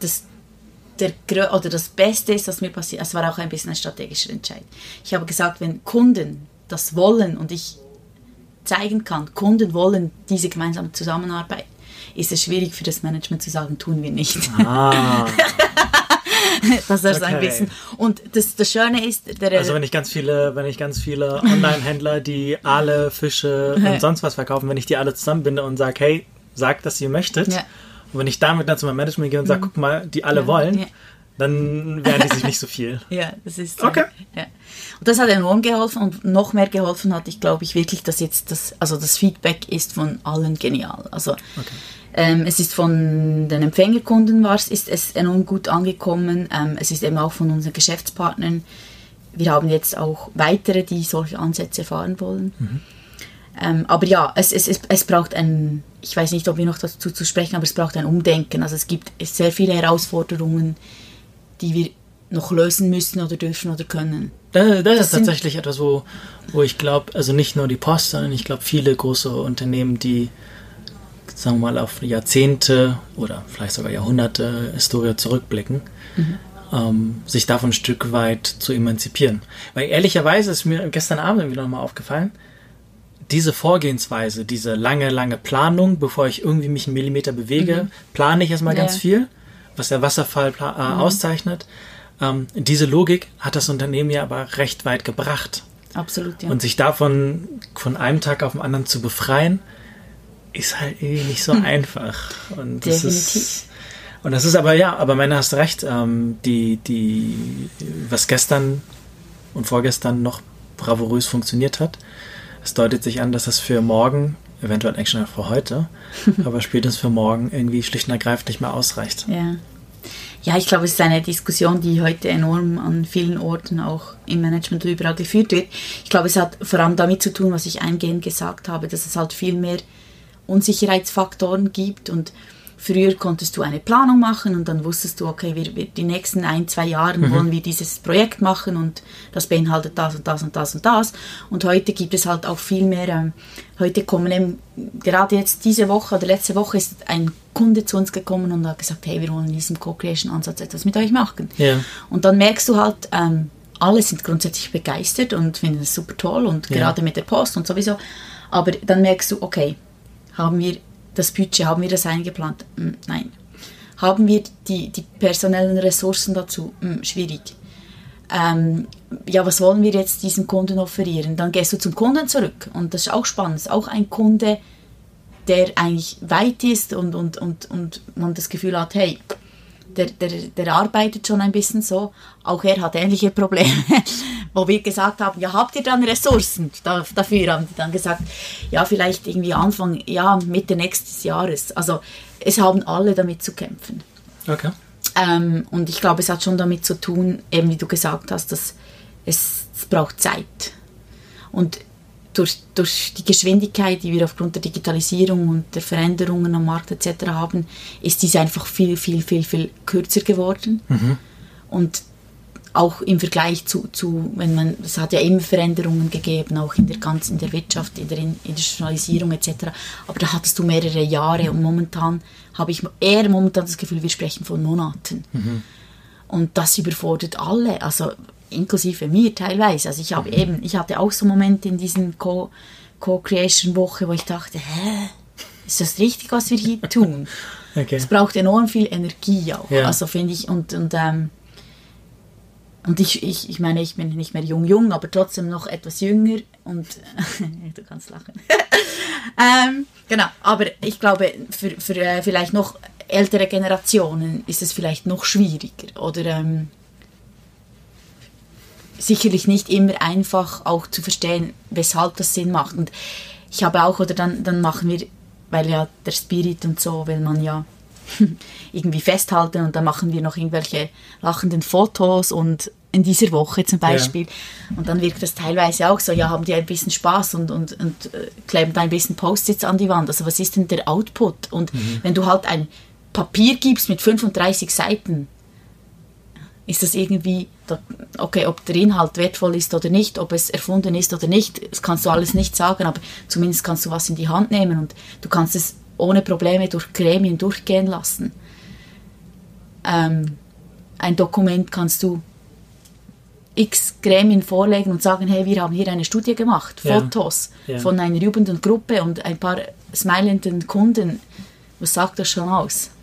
das Beste ist, was mir passiert, es war auch ein bisschen ein strategischer Entscheid. Ich habe gesagt, wenn Kunden das wollen und ich zeigen kann, Kunden wollen diese gemeinsame Zusammenarbeit, ist es schwierig für das Management zu sagen, tun wir nicht. Ah. Das ist ein bisschen. Und das Schöne ist, also wenn ich ganz viele Online-Händler, die Aale, Fische und sonst was verkaufen, wenn ich die alle zusammenbinde und sage, hey, sagt, dass ihr möchtet, und wenn ich damit dann zu meinem Management gehe und sage, guck mal, die alle wollen, dann wehren die sich nicht so viel. Ja, das ist okay. Ja. Und das hat enorm geholfen und noch mehr geholfen hat, ich glaube wirklich, dass jetzt das Feedback ist von allen genial. Also es ist von den Empfängerkunden ist es enorm gut angekommen. Es ist eben auch von unseren Geschäftspartnern. Wir haben jetzt auch weitere, die solche Ansätze fahren wollen. Aber ja, es braucht ich weiß nicht, ob wir noch dazu zu sprechen, aber es braucht ein Umdenken. Also es gibt sehr viele Herausforderungen, die wir noch lösen müssen oder dürfen oder können. Das ist tatsächlich etwas, wo ich glaube, also nicht nur die Post, sondern ich glaube viele große Unternehmen, die, sagen wir mal, auf Jahrzehnte oder vielleicht sogar Jahrhunderte Historie zurückblicken, sich davon ein Stück weit zu emanzipieren. Weil ehrlicherweise ist mir gestern Abend wieder nochmal aufgefallen, diese Vorgehensweise, diese lange Planung, bevor ich irgendwie mich einen Millimeter bewege, plane ich erstmal ganz viel, was der Wasserfall auszeichnet. Diese Logik hat das Unternehmen ja aber recht weit gebracht. Absolut, ja. Und sich davon von einem Tag auf den anderen zu befreien, ist halt irgendwie nicht so einfach. Und definitiv. Das ist aber Männer, hast recht, was gestern und vorgestern noch bravourös funktioniert hat, es deutet sich an, dass das für morgen, eventuell eigentlich schon für heute, aber spätestens für morgen irgendwie schlicht und ergreifend nicht mehr ausreicht. Ja, ich glaube, es ist eine Diskussion, die heute enorm an vielen Orten auch im Management und überall geführt wird. Ich glaube, es hat vor allem damit zu tun, was ich eingehend gesagt habe, dass es halt viel mehr Unsicherheitsfaktoren gibt und früher konntest du eine Planung machen und dann wusstest du, okay, wir die nächsten 1-2 Jahre wollen wir dieses Projekt machen und das beinhaltet das und das und das und das. Und heute gibt es halt auch viel mehr, heute kommen eben, gerade jetzt diese Woche oder letzte Woche ist ein Kunde zu uns gekommen und hat gesagt, hey, wir wollen in diesem Co-Creation-Ansatz etwas mit euch machen. Ja. Und dann merkst du halt, alle sind grundsätzlich begeistert und finden es super toll und gerade mit der Post und sowieso. Aber dann merkst du, okay, haben wir das Budget, haben wir das eingeplant? Nein. Haben wir die personellen Ressourcen dazu? Schwierig. Was wollen wir jetzt diesem Kunden offerieren? Dann gehst du zum Kunden zurück und das ist auch spannend. Das ist auch ein Kunde, der eigentlich weit ist und man das Gefühl hat, hey, der arbeitet schon ein bisschen so. Auch er hat ähnliche Probleme, wo wir gesagt haben, ja, habt ihr dann Ressourcen dafür? Haben die dann gesagt, ja, vielleicht irgendwie Mitte nächstes Jahres. Also es haben alle damit zu kämpfen. Okay. Und ich glaube, es hat schon damit zu tun, eben wie du gesagt hast, dass es braucht Zeit. Und durch die Geschwindigkeit, die wir aufgrund der Digitalisierung und der Veränderungen am Markt etc. haben, ist diese einfach viel, viel, viel, viel kürzer geworden. Und auch im Vergleich zu es hat ja immer Veränderungen gegeben, auch in der Wirtschaft, in der Industrialisierung etc. Aber da hattest du mehrere Jahre und momentan habe ich eher das Gefühl, wir sprechen von Monaten. Und das überfordert alle, also inklusive mir teilweise. Also ich hatte auch so Momente in diesen Co-Creation-Woche, wo ich dachte, ist das richtig, was wir hier tun? Okay. Es braucht enorm viel Energie auch, also finde ich, und ich meine, ich bin nicht mehr jung, aber trotzdem noch etwas jünger und du kannst lachen. Genau, aber ich glaube, für vielleicht noch ältere Generationen ist es vielleicht noch schwieriger oder sicherlich nicht immer einfach auch zu verstehen, weshalb das Sinn macht. Und ich habe auch, oder dann machen wir, weil ja der Spirit und so will man ja irgendwie festhalten und dann machen wir noch irgendwelche lachenden Fotos und in dieser Woche zum Beispiel. Ja. Und dann wirkt das teilweise auch so, haben die ein bisschen Spaß und kleben da ein bisschen Post-its an die Wand. Also was ist denn der Output? Und wenn du halt ein Papier gibst mit 35 Seiten, Ist das irgendwie, okay, ob der Inhalt wertvoll ist oder nicht, ob es erfunden ist oder nicht, das kannst du alles nicht sagen, aber zumindest kannst du was in die Hand nehmen und du kannst es ohne Probleme durch Gremien durchgehen lassen. Ein Dokument kannst du x Gremien vorlegen und sagen, hey, wir haben hier eine Studie gemacht, Fotos von einer jubelnden Gruppe und ein paar smilenden Kunden. Was sagt das schon aus?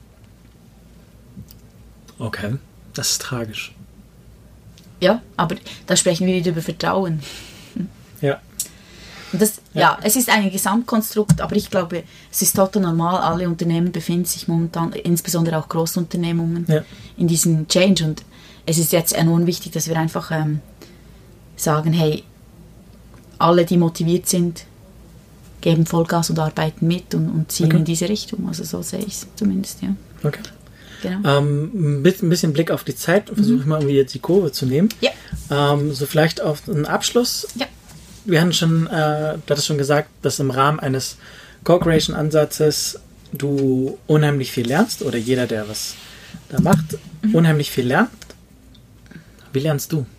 Okay, das ist tragisch. Ja, aber da sprechen wir wieder über Vertrauen. Ja. Und das, es ist ein Gesamtkonstrukt, aber ich glaube, es ist total normal. Alle Unternehmen befinden sich momentan, insbesondere auch Großunternehmungen, in diesem Change. Und es ist jetzt enorm wichtig, dass wir einfach sagen, hey, alle, die motiviert sind, geben Vollgas und arbeiten mit und ziehen in diese Richtung. Also so sehe ich es zumindest, ja. Okay. Genau. Ein bisschen Blick auf die Zeit, versuche ich mal irgendwie jetzt die Kurve zu nehmen. Ja. So vielleicht auf einen Abschluss. Ja. Wir hatten schon, du hattest schon gesagt, dass im Rahmen eines Co-Creation-Ansatzes du unheimlich viel lernst oder jeder, der was da macht, unheimlich viel lernt. Wie lernst du?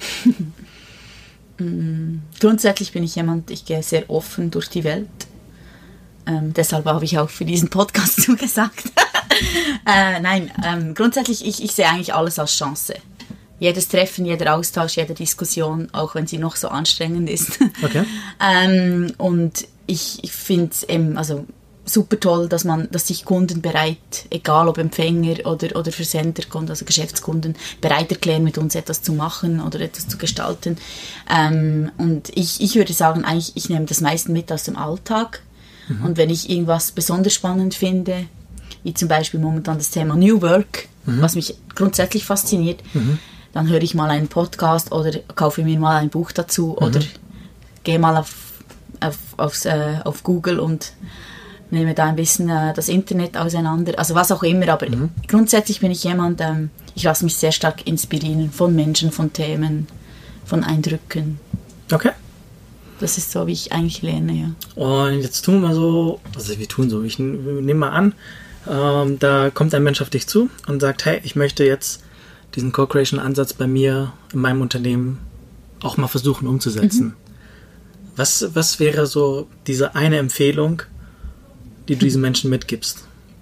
Grundsätzlich bin ich jemand, ich gehe sehr offen durch die Welt. Deshalb habe ich auch für diesen Podcast zugesagt. Grundsätzlich, ich sehe eigentlich alles als Chance. Jedes Treffen, jeder Austausch, jede Diskussion, auch wenn sie noch so anstrengend ist. Okay. Und ich finde es eben super toll, dass sich Kunden bereit, egal ob Empfänger oder Versenderkunden, also Geschäftskunden, bereit erklären, mit uns etwas zu machen oder etwas zu gestalten. Und ich würde sagen, eigentlich, ich nehme das meiste mit aus dem Alltag. Und wenn ich irgendwas besonders spannend finde, wie zum Beispiel momentan das Thema New Work, was mich grundsätzlich fasziniert, dann höre ich mal einen Podcast oder kaufe mir mal ein Buch dazu oder gehe mal auf Google und nehme da ein bisschen das Internet auseinander, also was auch immer, aber grundsätzlich bin ich jemand, ich lasse mich sehr stark inspirieren von Menschen, von Themen, von Eindrücken. Okay. Das ist so, wie ich eigentlich lerne, ja. Und jetzt tun wir mal so, also wir tun so, ich nehme mal an, da kommt ein Mensch auf dich zu und sagt, hey, ich möchte jetzt diesen Co-Creation-Ansatz bei mir in meinem Unternehmen auch mal versuchen umzusetzen. Was wäre so diese eine Empfehlung, die du diesen Menschen mitgibst?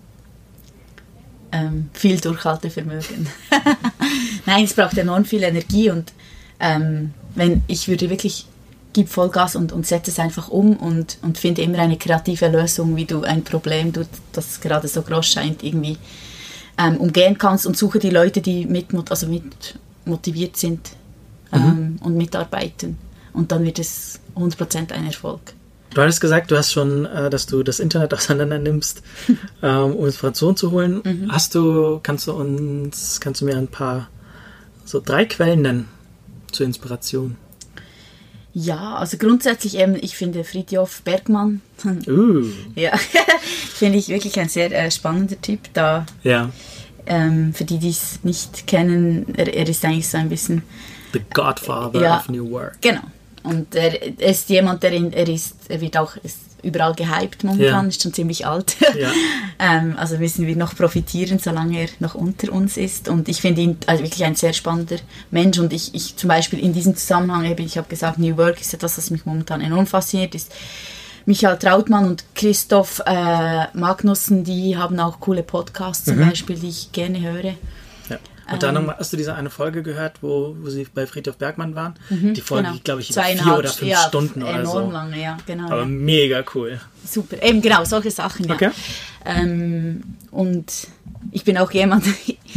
Viel Durchhaltevermögen. Nein, es braucht enorm viel Energie und wenn ich würde wirklich, gib Vollgas und setze es einfach um und finde immer eine kreative Lösung, wie du ein Problem, das gerade so groß scheint, irgendwie umgehen kannst und suche die Leute, die mit motiviert sind und mitarbeiten. Und dann wird es 100% ein Erfolg. Du hattest gesagt, du hast schon, dass du das Internet auseinander nimmst, um Inspiration zu holen. Kannst du mir ein paar, so 3 Quellen nennen zur Inspiration? Ja, also grundsätzlich eben, ich finde Fridtjof Bergmann, ja, finde ich wirklich ein sehr spannender Typ da. Ja. Für die es nicht kennen, er ist eigentlich so ein bisschen The Godfather of New Work. Genau. Und er ist jemand, er ist überall gehypt momentan, ist schon ziemlich alt. Ja. Also müssen wir noch profitieren, solange er noch unter uns ist. Und ich finde ihn wirklich ein sehr spannender Mensch. Und ich zum Beispiel in diesem Zusammenhang, ich habe gesagt, New Work ist etwas, was mich momentan enorm fasziniert, ist Michael Trautmann und Christoph Magnussen, die haben auch coole Podcasts zum Beispiel, die ich gerne höre. Und dann hast du diese eine Folge gehört, wo sie bei Fridtjof Bergmann waren? Die Folge, genau. glaube ich, 4 oder 5 Stunden oder so. Enorm lange, ja, genau. Aber mega cool. Super, eben genau, solche Sachen, ja. Okay. Und ich bin auch jemand,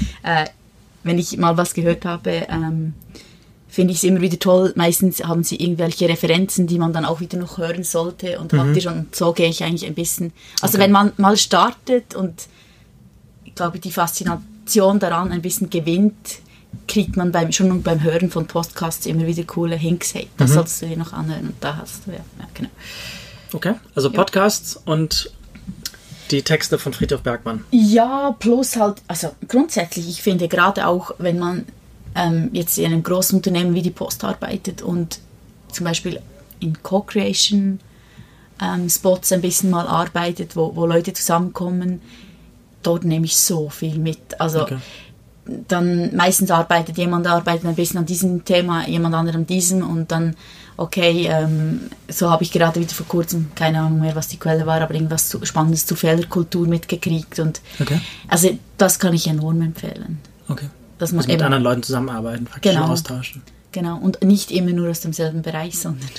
wenn ich mal was gehört habe, finde ich es immer wieder toll. Meistens haben sie irgendwelche Referenzen, die man dann auch wieder noch hören sollte. Und habt ihr schon, so gehe ich eigentlich ein bisschen. Also wenn man mal startet und ich glaube, die Faszination daran ein bisschen gewinnt, kriegt man schon beim Hören von Podcasts immer wieder coole Hinks. Hey, das solltest du dir noch anhören. Und da hast du, ja genau. Okay, also Podcasts und die Texte von Fridtjof Bergmann. Ja, plus halt, also grundsätzlich, ich finde gerade auch, wenn man jetzt in einem großen Unternehmen wie die Post arbeitet und zum Beispiel in Co-Creation Spots ein bisschen mal arbeitet, wo Leute zusammenkommen, dort nehme ich so viel mit. Also dann meistens arbeitet ein bisschen an diesem Thema, jemand anderem an diesem und dann, okay, so habe ich gerade wieder vor kurzem, keine Ahnung mehr, was die Quelle war, aber irgendwas Spannendes zur Fehlerkultur mitgekriegt und also das kann ich enorm empfehlen. Okay. Dass man also mit anderen Leuten zusammenarbeiten, praktisch austauschen. Genau, und nicht immer nur aus demselben Bereich, sondern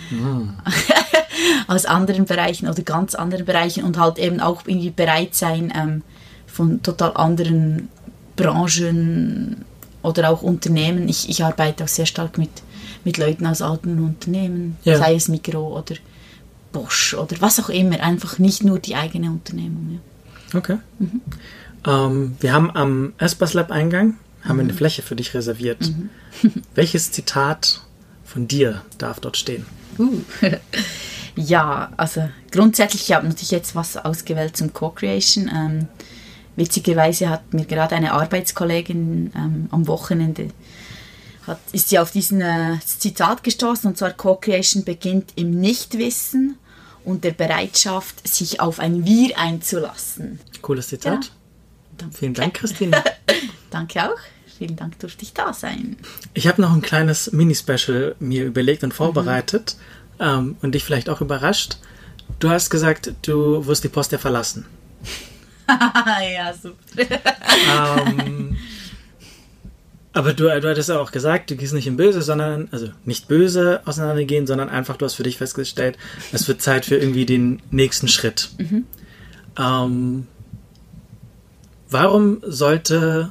aus anderen Bereichen oder ganz anderen Bereichen und halt eben auch irgendwie bereit sein, von total anderen Branchen oder auch Unternehmen. Ich arbeite auch sehr stark mit Leuten aus alten Unternehmen, sei es Migros oder Bosch oder was auch immer, einfach nicht nur die eigene Unternehmung. Ja. Okay. Wir haben am Espas Lab Eingang eine Fläche für dich reserviert. Welches Zitat von dir darf dort stehen? Ja, also grundsätzlich, ich habe natürlich jetzt was ausgewählt zum Co-Creation. Witzigerweise hat mir gerade eine Arbeitskollegin am Wochenende ist sie auf diesen Zitat gestoßen, und zwar: Co-Creation beginnt im Nichtwissen und der Bereitschaft, sich auf ein Wir einzulassen. Cooles Zitat. Ja. Vielen Dank, Christine. Danke auch. Vielen Dank, durfte ich da sein. Ich habe noch ein kleines Mini-Special mir überlegt und vorbereitet und dich vielleicht auch überrascht. Du hast gesagt, du wirst die Post ja verlassen. Ja, super. Aber du hattest ja auch gesagt, du gehst nicht in Böse, sondern, also nicht böse auseinandergehen, sondern einfach, du hast für dich festgestellt, es wird Zeit für irgendwie den nächsten Schritt. Warum sollte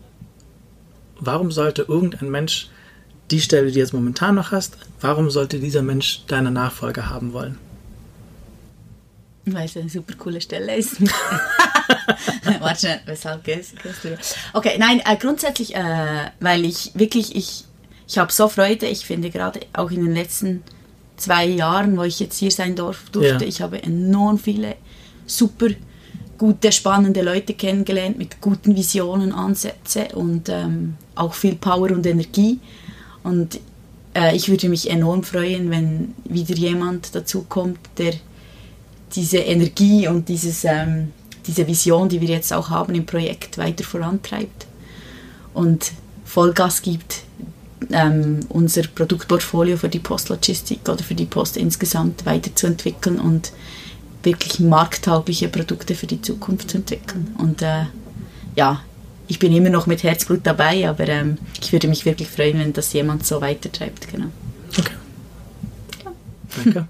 irgendein Mensch die Stelle, die du jetzt momentan noch hast, warum sollte dieser Mensch deine Nachfolge haben wollen? Weil es eine super coole Stelle ist. Warte schnell, weshalb gehst du? Okay, nein, grundsätzlich, weil ich habe so Freude, ich finde gerade auch in den letzten 2 Jahren, wo ich jetzt hier sein durfte, ich habe enorm viele super gute, spannende Leute kennengelernt mit guten Visionen, Ansätzen und auch viel Power und Energie. Und ich würde mich enorm freuen, wenn wieder jemand dazu kommt, der diese Energie und diese Vision, die wir jetzt auch haben im Projekt, weiter vorantreibt und Vollgas gibt, unser Produktportfolio für die Postlogistik oder für die Post insgesamt weiterzuentwickeln und wirklich markttaugliche Produkte für die Zukunft zu entwickeln. Und ich bin immer noch mit Herzblut dabei, aber ich würde mich wirklich freuen, wenn das jemand so weitertreibt. Genau. Okay. Ja. Danke.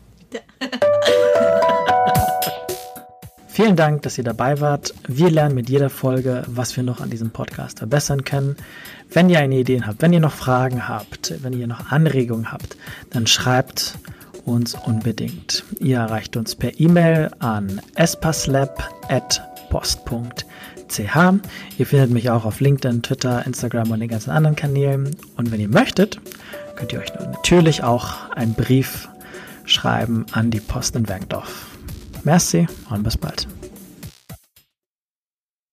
Vielen Dank, dass ihr dabei wart. Wir lernen mit jeder Folge, was wir noch an diesem Podcast verbessern können. Wenn ihr eine Idee habt, wenn ihr noch Fragen habt, wenn ihr noch Anregungen habt, dann schreibt uns unbedingt. Ihr erreicht uns per E-Mail an espaslab@post.ch. Ihr findet mich auch auf LinkedIn, Twitter, Instagram und den ganzen anderen Kanälen. Und wenn ihr möchtet, könnt ihr euch natürlich auch einen Brief schreiben an die Post in Werkdorf. Merci und bis bald.